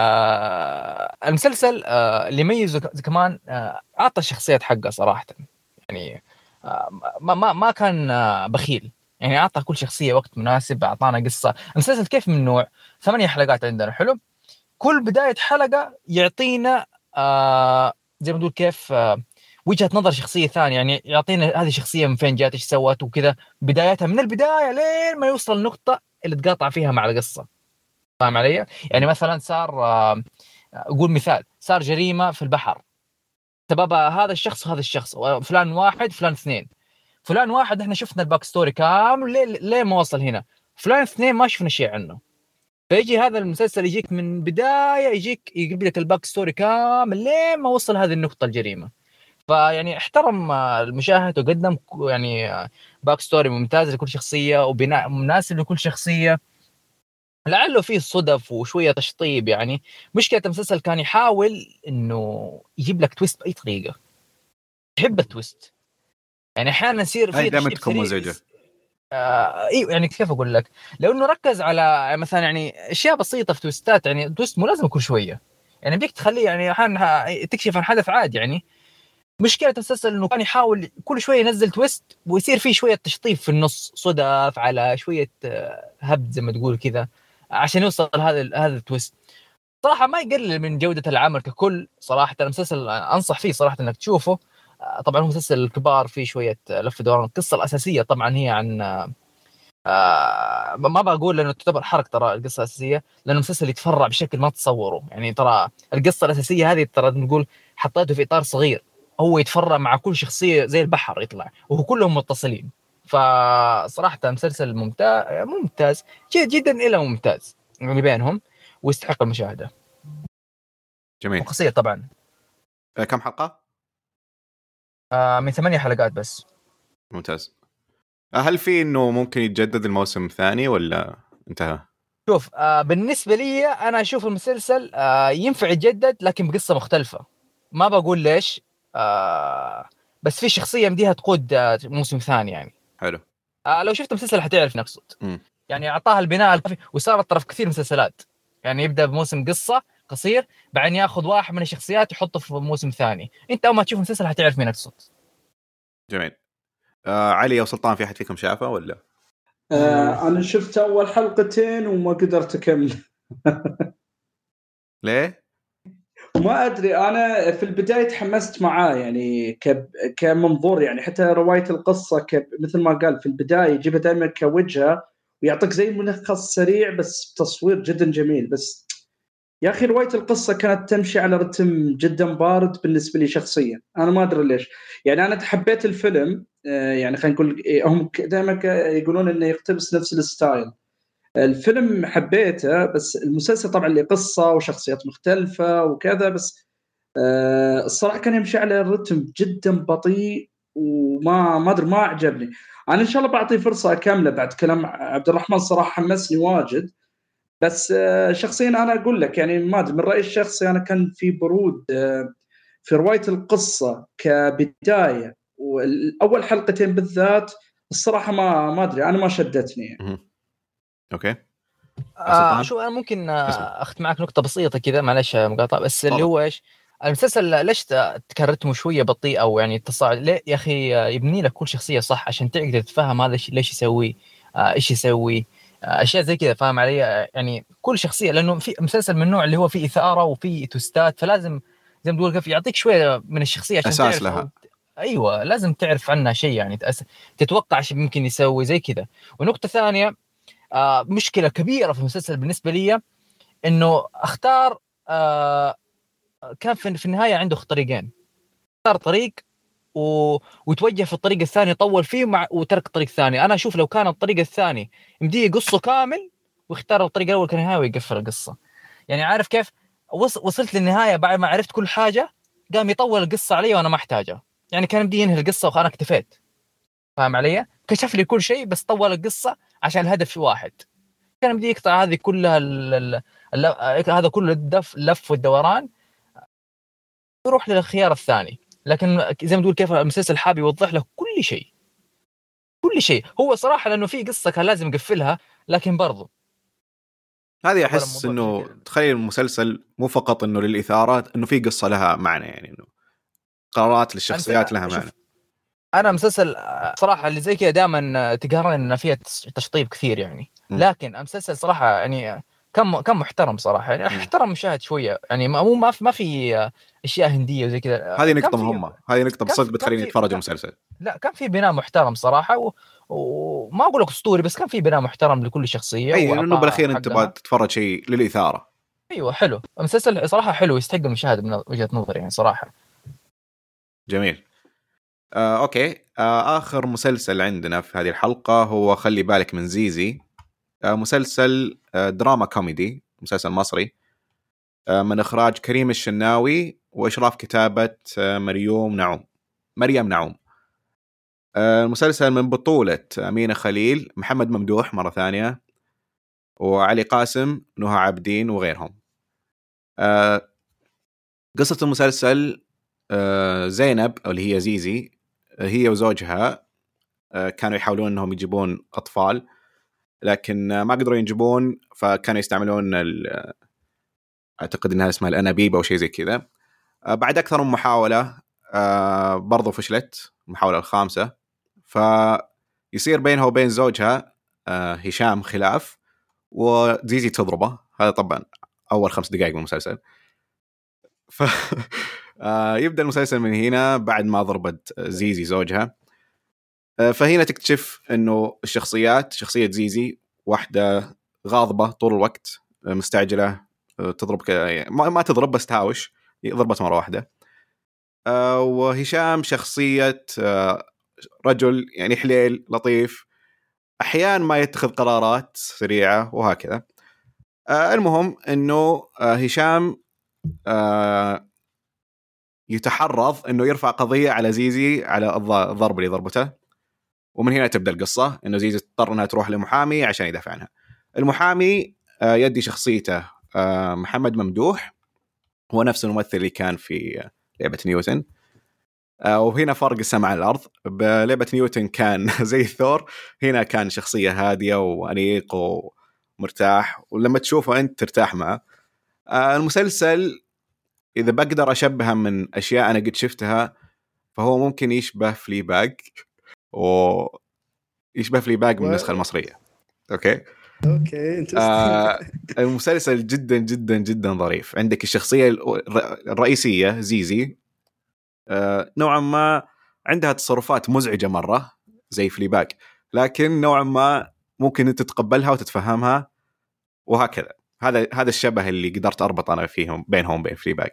آه المسلسل آه اللي يميزه كمان آه أعطى الشخصيات حقها صراحة. يعني آه ما ما ما كان آه بخيل، يعني أعطى كل شخصية وقت مناسب، أعطانا قصة. المسلسل كيف من نوع ثمانية حلقات عندنا، حلو. كل بداية حلقة يعطينا آه زي ما نقول كيف آه وجهة نظر شخصية ثانية، يعني يعطينا هذه الشخصية من فين جات، إيش سوت وكذا، بدايتها من البداية لين ما يوصل النقطة اللي تقاطع فيها مع القصة. فاهم علي؟ يعني مثلا صار آه أقول مثال، صار جريمة في البحر، سببها هذا الشخص وهذا الشخص، فلان واحد فلان اثنين. فلان واحد احنا شفنا الباك ستوري كامل ليه ليه ما وصل هنا. فلان اثنين ما شفنا شيء عنه. فيجي هذا المسلسل يجيك من بداية، يجيك يجيب لك الباك ستوري كامل لين ما وصل هذه النقطة الجريمة. فيعني احترم المشاهد وقدم يعني باك ستوري ممتاز لكل شخصية وبناء مناسب لكل شخصية. لعله فيه صدف وشوية تشطيب. يعني مشكلة المسلسل كان يحاول انه يجيب لك تويست بأي طريقة، تحب التويست. يعني احيانا يصير فيه دائما تكون مزعجة. آه ايوه، يعني كيف اقول لك، لو انه ركز على مثلا يعني اشياء بسيطه في تويستات، يعني تويست مو لازم كل شويه، يعني بدك تخليه يعني احيانا تكشف عن حدث عادي. يعني مشكله المسلسل انه كان يحاول كل شويه ينزل تويست ويصير فيه شويه تشطيب في النص، صدف على شويه هبد زي ما تقول كذا عشان يوصل هذا هذا التويست. صراحه ما يقلل من جوده العمل ككل. صراحه المسلسل انصح فيه صراحه انك تشوفه. طبعا هو مسلسل الكبار فيه شويه لف دوران. القصه الاساسيه طبعا هي عن آه ما بقول لانه تعتبر حرق، ترى القصه الاساسيه لانه المسلسل يتفرع بشكل ما تصوره. يعني ترى القصه الاساسيه هذه ترى نقول حطيته في اطار صغير، هو يتفرع مع كل شخصيه زي البحر يطلع وهو كلهم متصلين. فصراحه مسلسل ممتاز ممتاز جدا جدا الى ممتاز يعني بينهم، ويستحق المشاهده. جميل. وقصير طبعا. آه كم حلقه؟ آه من ثمانية حلقات بس. ممتاز. هل في انه ممكن يتجدد الموسم الثاني ولا انتهى؟ شوف آه بالنسبه لي انا اشوف المسلسل آه ينفع يتجدد لكن بقصه مختلفه. ما بقول ليش آه بس في شخصيه مديها تقود آه موسم ثاني يعني. حلو. آه لو شفت المسلسل حتعرف نقصد. يعني اعطاها البناء الكافي، وصارت طرف كثير مسلسلات يعني يبدا بموسم قصه قصير بعدين ياخذ واحد من الشخصيات يحطه في موسم ثاني. انت اول ما تشوف المسلسل حتعرف مين نقصد. جميل. آه علي او سلطان، في احد فيكم شافه ولا؟ آه انا شفت اول حلقتين وما قدرت اكمل. ليه؟ ما ادري، انا في البدايه تحمست معاه يعني ك كمنظور، يعني حتى روايه القصه ك... مثل ما قال في البدايه يجيبها دائما كوجهه ويعطيك زي ملخص سريع بس بتصوير جدا جميل. بس يا اخي روايه القصه كانت تمشي على رتم جدا بارد بالنسبه لي شخصيا. انا ما ادري ليش، يعني انا تحبيت الفيلم يعني خلينا نقول هم دائما يقولون انه يقتبس نفس الستايل. الفيلم حبيته بس المسلسل طبعا اللي قصه وشخصيات مختلفه وكذا، بس الصراحه كان يمشي على الرتم جدا بطيء وما ما ادري ما عجبني. انا ان شاء الله بعطيه فرصه كامله بعد كلام عبد الرحمن، صراحه حمسني واجد. بس شخصيا انا اقول لك يعني ما ادري، من رايي الشخصي انا كان في برود في روايه القصه كبدايه، واول حلقتين بالذات الصراحه ما ما ادري انا ما شدتني يعني. اوكي. آه شو انا ممكن اختم معك نقطه بسيطه كذا، معلش مقاطعه بس. طبعا. اللي هو ايش المسلسل ليش تكررته شويه بطيء او يعني تصاعد؟ ليه يا اخي يبني لك كل شخصيه صح عشان تقدر تفهم هذا ليش يسوي آه ايش يسوي آه اشياء زي كذا. فاهم علي؟ يعني كل شخصيه لانه في مسلسل من النوع اللي هو فيه اثاره وفيه توستات، فلازم زي ما تقول كيف يعطيك شويه من الشخصيه عشان اساس تعرف لها. ايوه لازم تعرف عنها شيء يعني تأس... تتوقع شيء ممكن يسوي زي كذا. ونقطه ثانيه آه مشكله كبيره في المسلسل بالنسبه لي انه اختار آه كان في, في النهايه عنده طريقين، اختار طريق و... وتوجه في الطريق الثاني طول فيه مع... وترك الطريق الثاني. انا اشوف لو كان الطريق الثاني مديه قصه كامل واختار الطريق الاول كنهايه ويقفل القصه. يعني عارف كيف وص... وصلت للنهايه بعد ما عرفت كل حاجه قام يطول القصه علي وانا ما احتاجها. يعني كان بدي ينهي القصه وانا اكتفيت، فاهم علي؟ كشف لي كل شيء بس طول القصه عشان الهدف واحد. كان بدي يقطع هذه كلها ال... ال... ال... هذا كله الدف اللف والدوران يروح للخيار الثاني. لكن زي ما تقول كيف المسلسل حابب يوضح له كل شيء كل شيء. هو صراحه لانه في قصه كان لازم يقفلها لكن برضو هذه احس انه تخلي المسلسل مو فقط انه للاثاره، انه في قصه لها معنى، يعني انه قرارات للشخصيات لها معنى. انا مسلسل صراحه اللي زي كذا دائما تقهرني ان فيها تشطيب كثير يعني، لكن المسلسل صراحه يعني كم كم محترم صراحه، يعني احترم مشاهد شويه يعني مو ما في ما في اشياء هنديه وزي كذا. هذه نقطه مهمه، هذه نقطه بصدق بتخليني اتفرج المسلسل. لا كان في بناء محترم صراحه و... وما اقول لك اسطوري بس كان في بناء محترم لكل شخصيه. اي انه بالاخير انت تبغى تتفرج شيء للاثاره. ايوه حلو المسلسل صراحه حلو يستحق المشاهده من وجهه نظري يعني صراحه. جميل. آه، أوكي. آه، آخر مسلسل عندنا في هذه الحلقة هو خلي بالك من زيزي. آه، مسلسل آه، دراما كوميدي، مسلسل مصري آه، من إخراج كريم الشناوي وإشراف كتابة آه، مريوم نعوم مريم نعوم. آه، المسلسل من بطولة أمينة خليل، محمد ممدوح مرة ثانية، وعلي قاسم، نهى عابدين وغيرهم. آه، قصة المسلسل آه، زينب أو اللي هي زيزي، هي وزوجها كانوا يحاولون أنهم يجيبون أطفال لكن ما قدروا ينجبون، فكانوا يستعملون أعتقد أنها اسمها الأنابيب أو شيء زي كذا. بعد أكثر من محاولة برضو فشلت المحاولة الخامسة، فيصير بينها وبين زوجها هشام خلاف وزيزي تضربه. هذا طبعا أول خمس دقائق من المسلسل. فيبدأ المسلسل من هنا بعد ما ضربت زيزي زوجها. فهنا تكتشف انه الشخصيات، شخصيه زيزي واحده غاضبه طول الوقت، مستعجله، تضرب ك... ما... ما تضرب بس تهاوش، ضربت مره واحده. وهشام شخصيه رجل يعني حليل لطيف، احيانا ما يتخذ قرارات سريعه وهكذا. المهم انه هشام يتحرض انه يرفع قضيه على زيزي على الضرب اللي ضربته، ومن هنا تبدأ القصة إنه زيزي تضطر إنها تروح لمحامي عشان يدافع عنها. المحامي يدي شخصيته محمد ممدوح، هو نفس الممثل اللي كان في لعبة نيوتن. وهنا فرق السماء على الأرض. بلعبة نيوتن كان زي الثور، هنا كان شخصية هادية وأنيق ومرتاح، ولما تشوفه أنت ترتاح معه. المسلسل إذا بقدر أشبهها من أشياء أنا قد شفتها فهو ممكن يشبه فليباج، ويشبه فليباج من النسخة المصرية. أوكي أوكي آه المسلسل جدا جدا جدا ظريف. عندك الشخصية الرئيسية زيزي آه نوعا ما عندها تصرفات مزعجة مرة زي فليباج، لكن نوعا ما ممكن أنت تتقبلها وتتفهمها وهكذا. هذا هذا الشبه اللي قدرت أربط أنا فيهم بينهم وبين فليباج.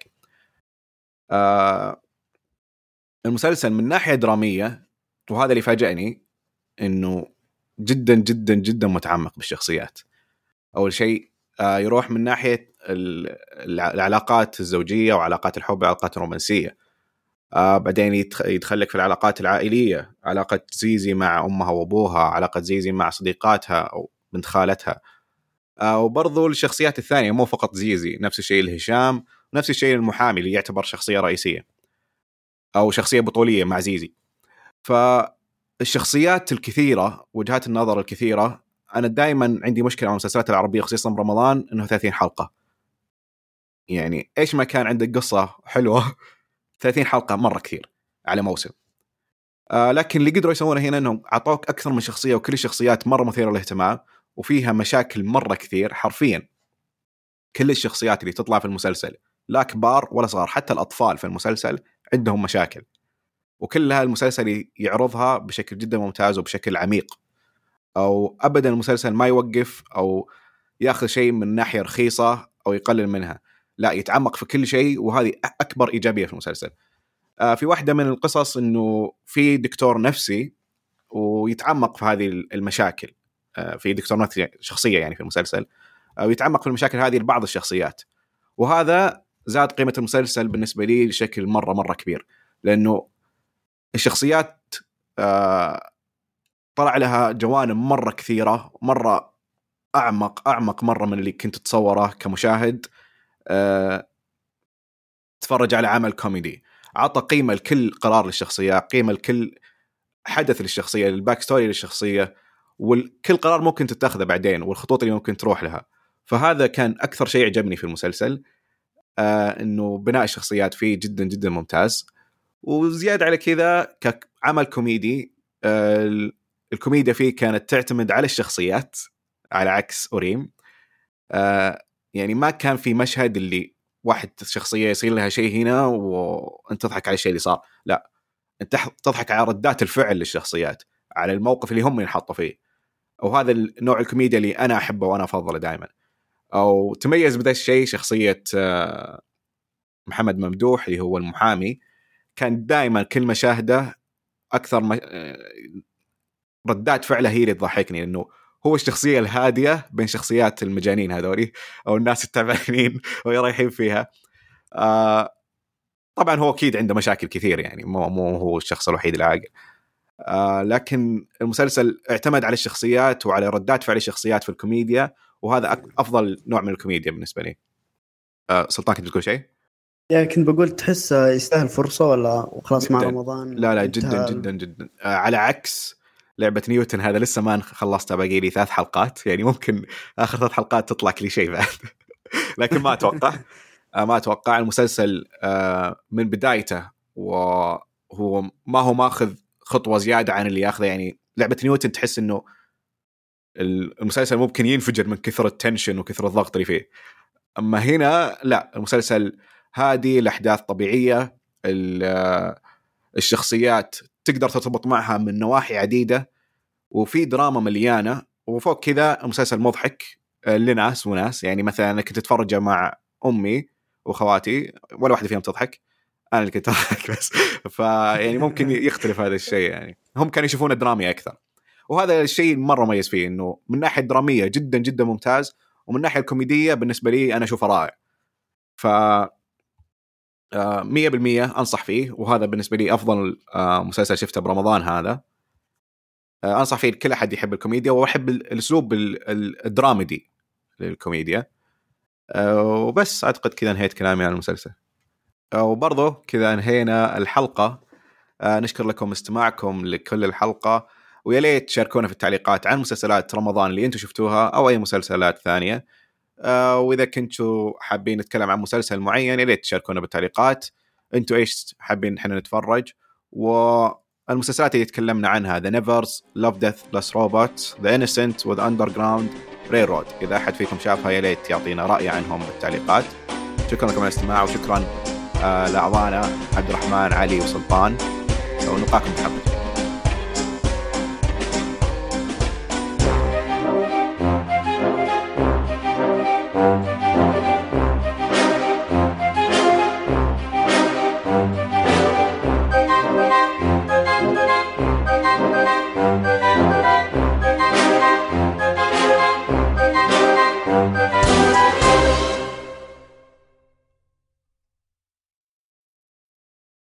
آه المسلسل من ناحية درامية، وهذا اللي فاجأني، إنه جدا جدا جدا متعمق بالشخصيات. أول شيء يروح من ناحية العلاقات الزوجية وعلاقات الحب وعلاقات الرومانسية. بعدين يدخلك في العلاقات العائلية، علاقة زيزي مع أمها وأبوها، علاقة زيزي مع صديقاتها أو بنت خالتها، وبرضو الشخصيات الثانية مو فقط زيزي. نفس الشيء لهشام، نفس الشيء المحامي اللي يعتبر شخصية رئيسية أو شخصية بطولية مع زيزي. فالشخصيات الكثيرة، وجهات النظر الكثيرة. أنا دائما عندي مشكلة مع المسلسلات العربية خصيصا برمضان إنه ثلاثين حلقة. يعني إيش ما كان عندك قصة حلوة ثلاثين حلقة مرة كثير على موسم. آه لكن اللي قدروا يسوونه هنا إنهم عطوك أكثر من شخصية، وكل الشخصيات مرة مثيرة للاهتمام وفيها مشاكل مرة كثير. حرفيا كل الشخصيات اللي تطلع في المسلسل لا كبار ولا صغار، حتى الأطفال في المسلسل عندهم مشاكل. وكلها المسلسل يعرضها بشكل جدا ممتاز وبشكل عميق، أو أبدا المسلسل ما يوقف أو يأخذ شيء من ناحية رخيصة أو يقلل منها، لا يتعمق في كل شيء، وهذه أكبر إيجابية في المسلسل. آه في واحدة من القصص إنه في دكتور نفسي ويتعمق في هذه المشاكل، آه في دكتور نفسي شخصية يعني في المسلسل، أو آه يتعمق في المشاكل هذه لبعض الشخصيات، وهذا زاد قيمة المسلسل بالنسبة لي بشكل مرة مرة كبير، لأنه الشخصيات آه طلع لها جوانب مرة كثيرة، مرة أعمق أعمق مرة من اللي كنت تصوره كمشاهد. أه تفرج على عمل كوميدي عطى قيمة لكل قرار للشخصية، قيمة لكل حدث للشخصية، الباك ستوري للشخصية، وكل قرار ممكن تتخذه بعدين والخطوط اللي ممكن تروح لها. فهذا كان أكثر شيء عجبني في المسلسل، أه إنه بناء الشخصيات فيه جدا جدا ممتاز. وزيادة على كذا كعمل كوميدي، أه الكوميديا فيه كانت تعتمد على الشخصيات على عكس أوريم. آه يعني ما كان في مشهد اللي واحد شخصية يصير لها شيء هنا وانت تضحك على الشيء اللي صار، لا انت تضحك على ردات الفعل للشخصيات، على الموقف اللي هم ينحطوا فيه. وهذا النوع الكوميديا اللي أنا أحبه وأنا أفضله دائما. أو تميز بهذا الشيء شخصية آه محمد ممدوح اللي هو المحامي، كان دائما كل مشاهده أكثر م... ردات فعله هي اللي تضحكني، لأنه هو الشخصية الهادية بين شخصيات المجانين هذولي أو الناس التعبانين ويريحين فيها. آه طبعا هو أكيد عنده مشاكل كثير، يعني مو, مو هو الشخص الوحيد العاقل. آه لكن المسلسل اعتمد على الشخصيات وعلى ردات فعل الشخصيات في الكوميديا، وهذا أفضل نوع من الكوميديا بالنسبة لي. آه سلطان كنت بتقول شيء؟ يعني كنت بقول تحس يستاهل فرصة ولا وخلاص مع رمضان؟ لا لا جدا جدا جدا. آه على عكس لعبة نيوتن، هذا لسه ما خلصتها، باقي لي ثلاث حلقات، يعني ممكن آخر ثلاث حلقات تطلع كل شيء بعد لكن ما أتوقع آه ما أتوقع. المسلسل آه من بدايته وهو ما هو ماخذ خطوة زيادة عن اللي ياخذه. يعني لعبة نيوتن تحس إنه المسلسل ممكن ينفجر من كثرة التنشن وكثرة الضغط اللي فيه، أما هنا لا، المسلسل هادي، الأحداث طبيعية، الشخصيات تقدر ترتبط معها من نواحي عديدة، وفي دراما مليانة، وفوق كذا المسلسل مضحك لناس وناس. يعني مثلا أنا كنت أتفرج مع أمي وخواتي ولا واحدة فيهم تضحك، أنا اللي كنت أضحك بس. فيعني ممكن يختلف هذا الشيء، يعني هم كانوا يشوفون درامي أكثر، وهذا الشيء مرة مميز فيه، إنه من ناحية درامية جدا جدا ممتاز، ومن ناحية الكوميدية بالنسبة لي أنا أشوفه رائع. ف مية بالمية أنصح فيه، وهذا بالنسبة لي أفضل مسلسل شفته برمضان هذا. أنصح فيه كل أحد يحب الكوميديا ويحب الأسلوب الدراميدي للكوميديا. وبس أعتقد كذا انهيت كلامي عن المسلسل، وبرضه كذا انهينا الحلقة. نشكر لكم استماعكم لكل الحلقة، ويا ليت تشاركونا في التعليقات عن مسلسلات رمضان اللي أنتم شفتوها أو أي مسلسلات ثانية. وإذا كنتوا حابين نتكلم عن مسلسل معين يا ليت تشاركونا بالتعليقات. أنتوا إيش حابين إحنا نتفرج؟ والمسلسلات اللي تكلمنا عنها The Nevers, Love Death Plus Robots, The Innocent و The Underground Railroad، إذا أحد فيكم شافها يا ليت يعطينا رأي عنهم بالتعليقات. شكرا لكم على الاستماع، وشكرا لأعضائنا عبد الرحمن، علي وسلطان، ونلقاكم بحلقة.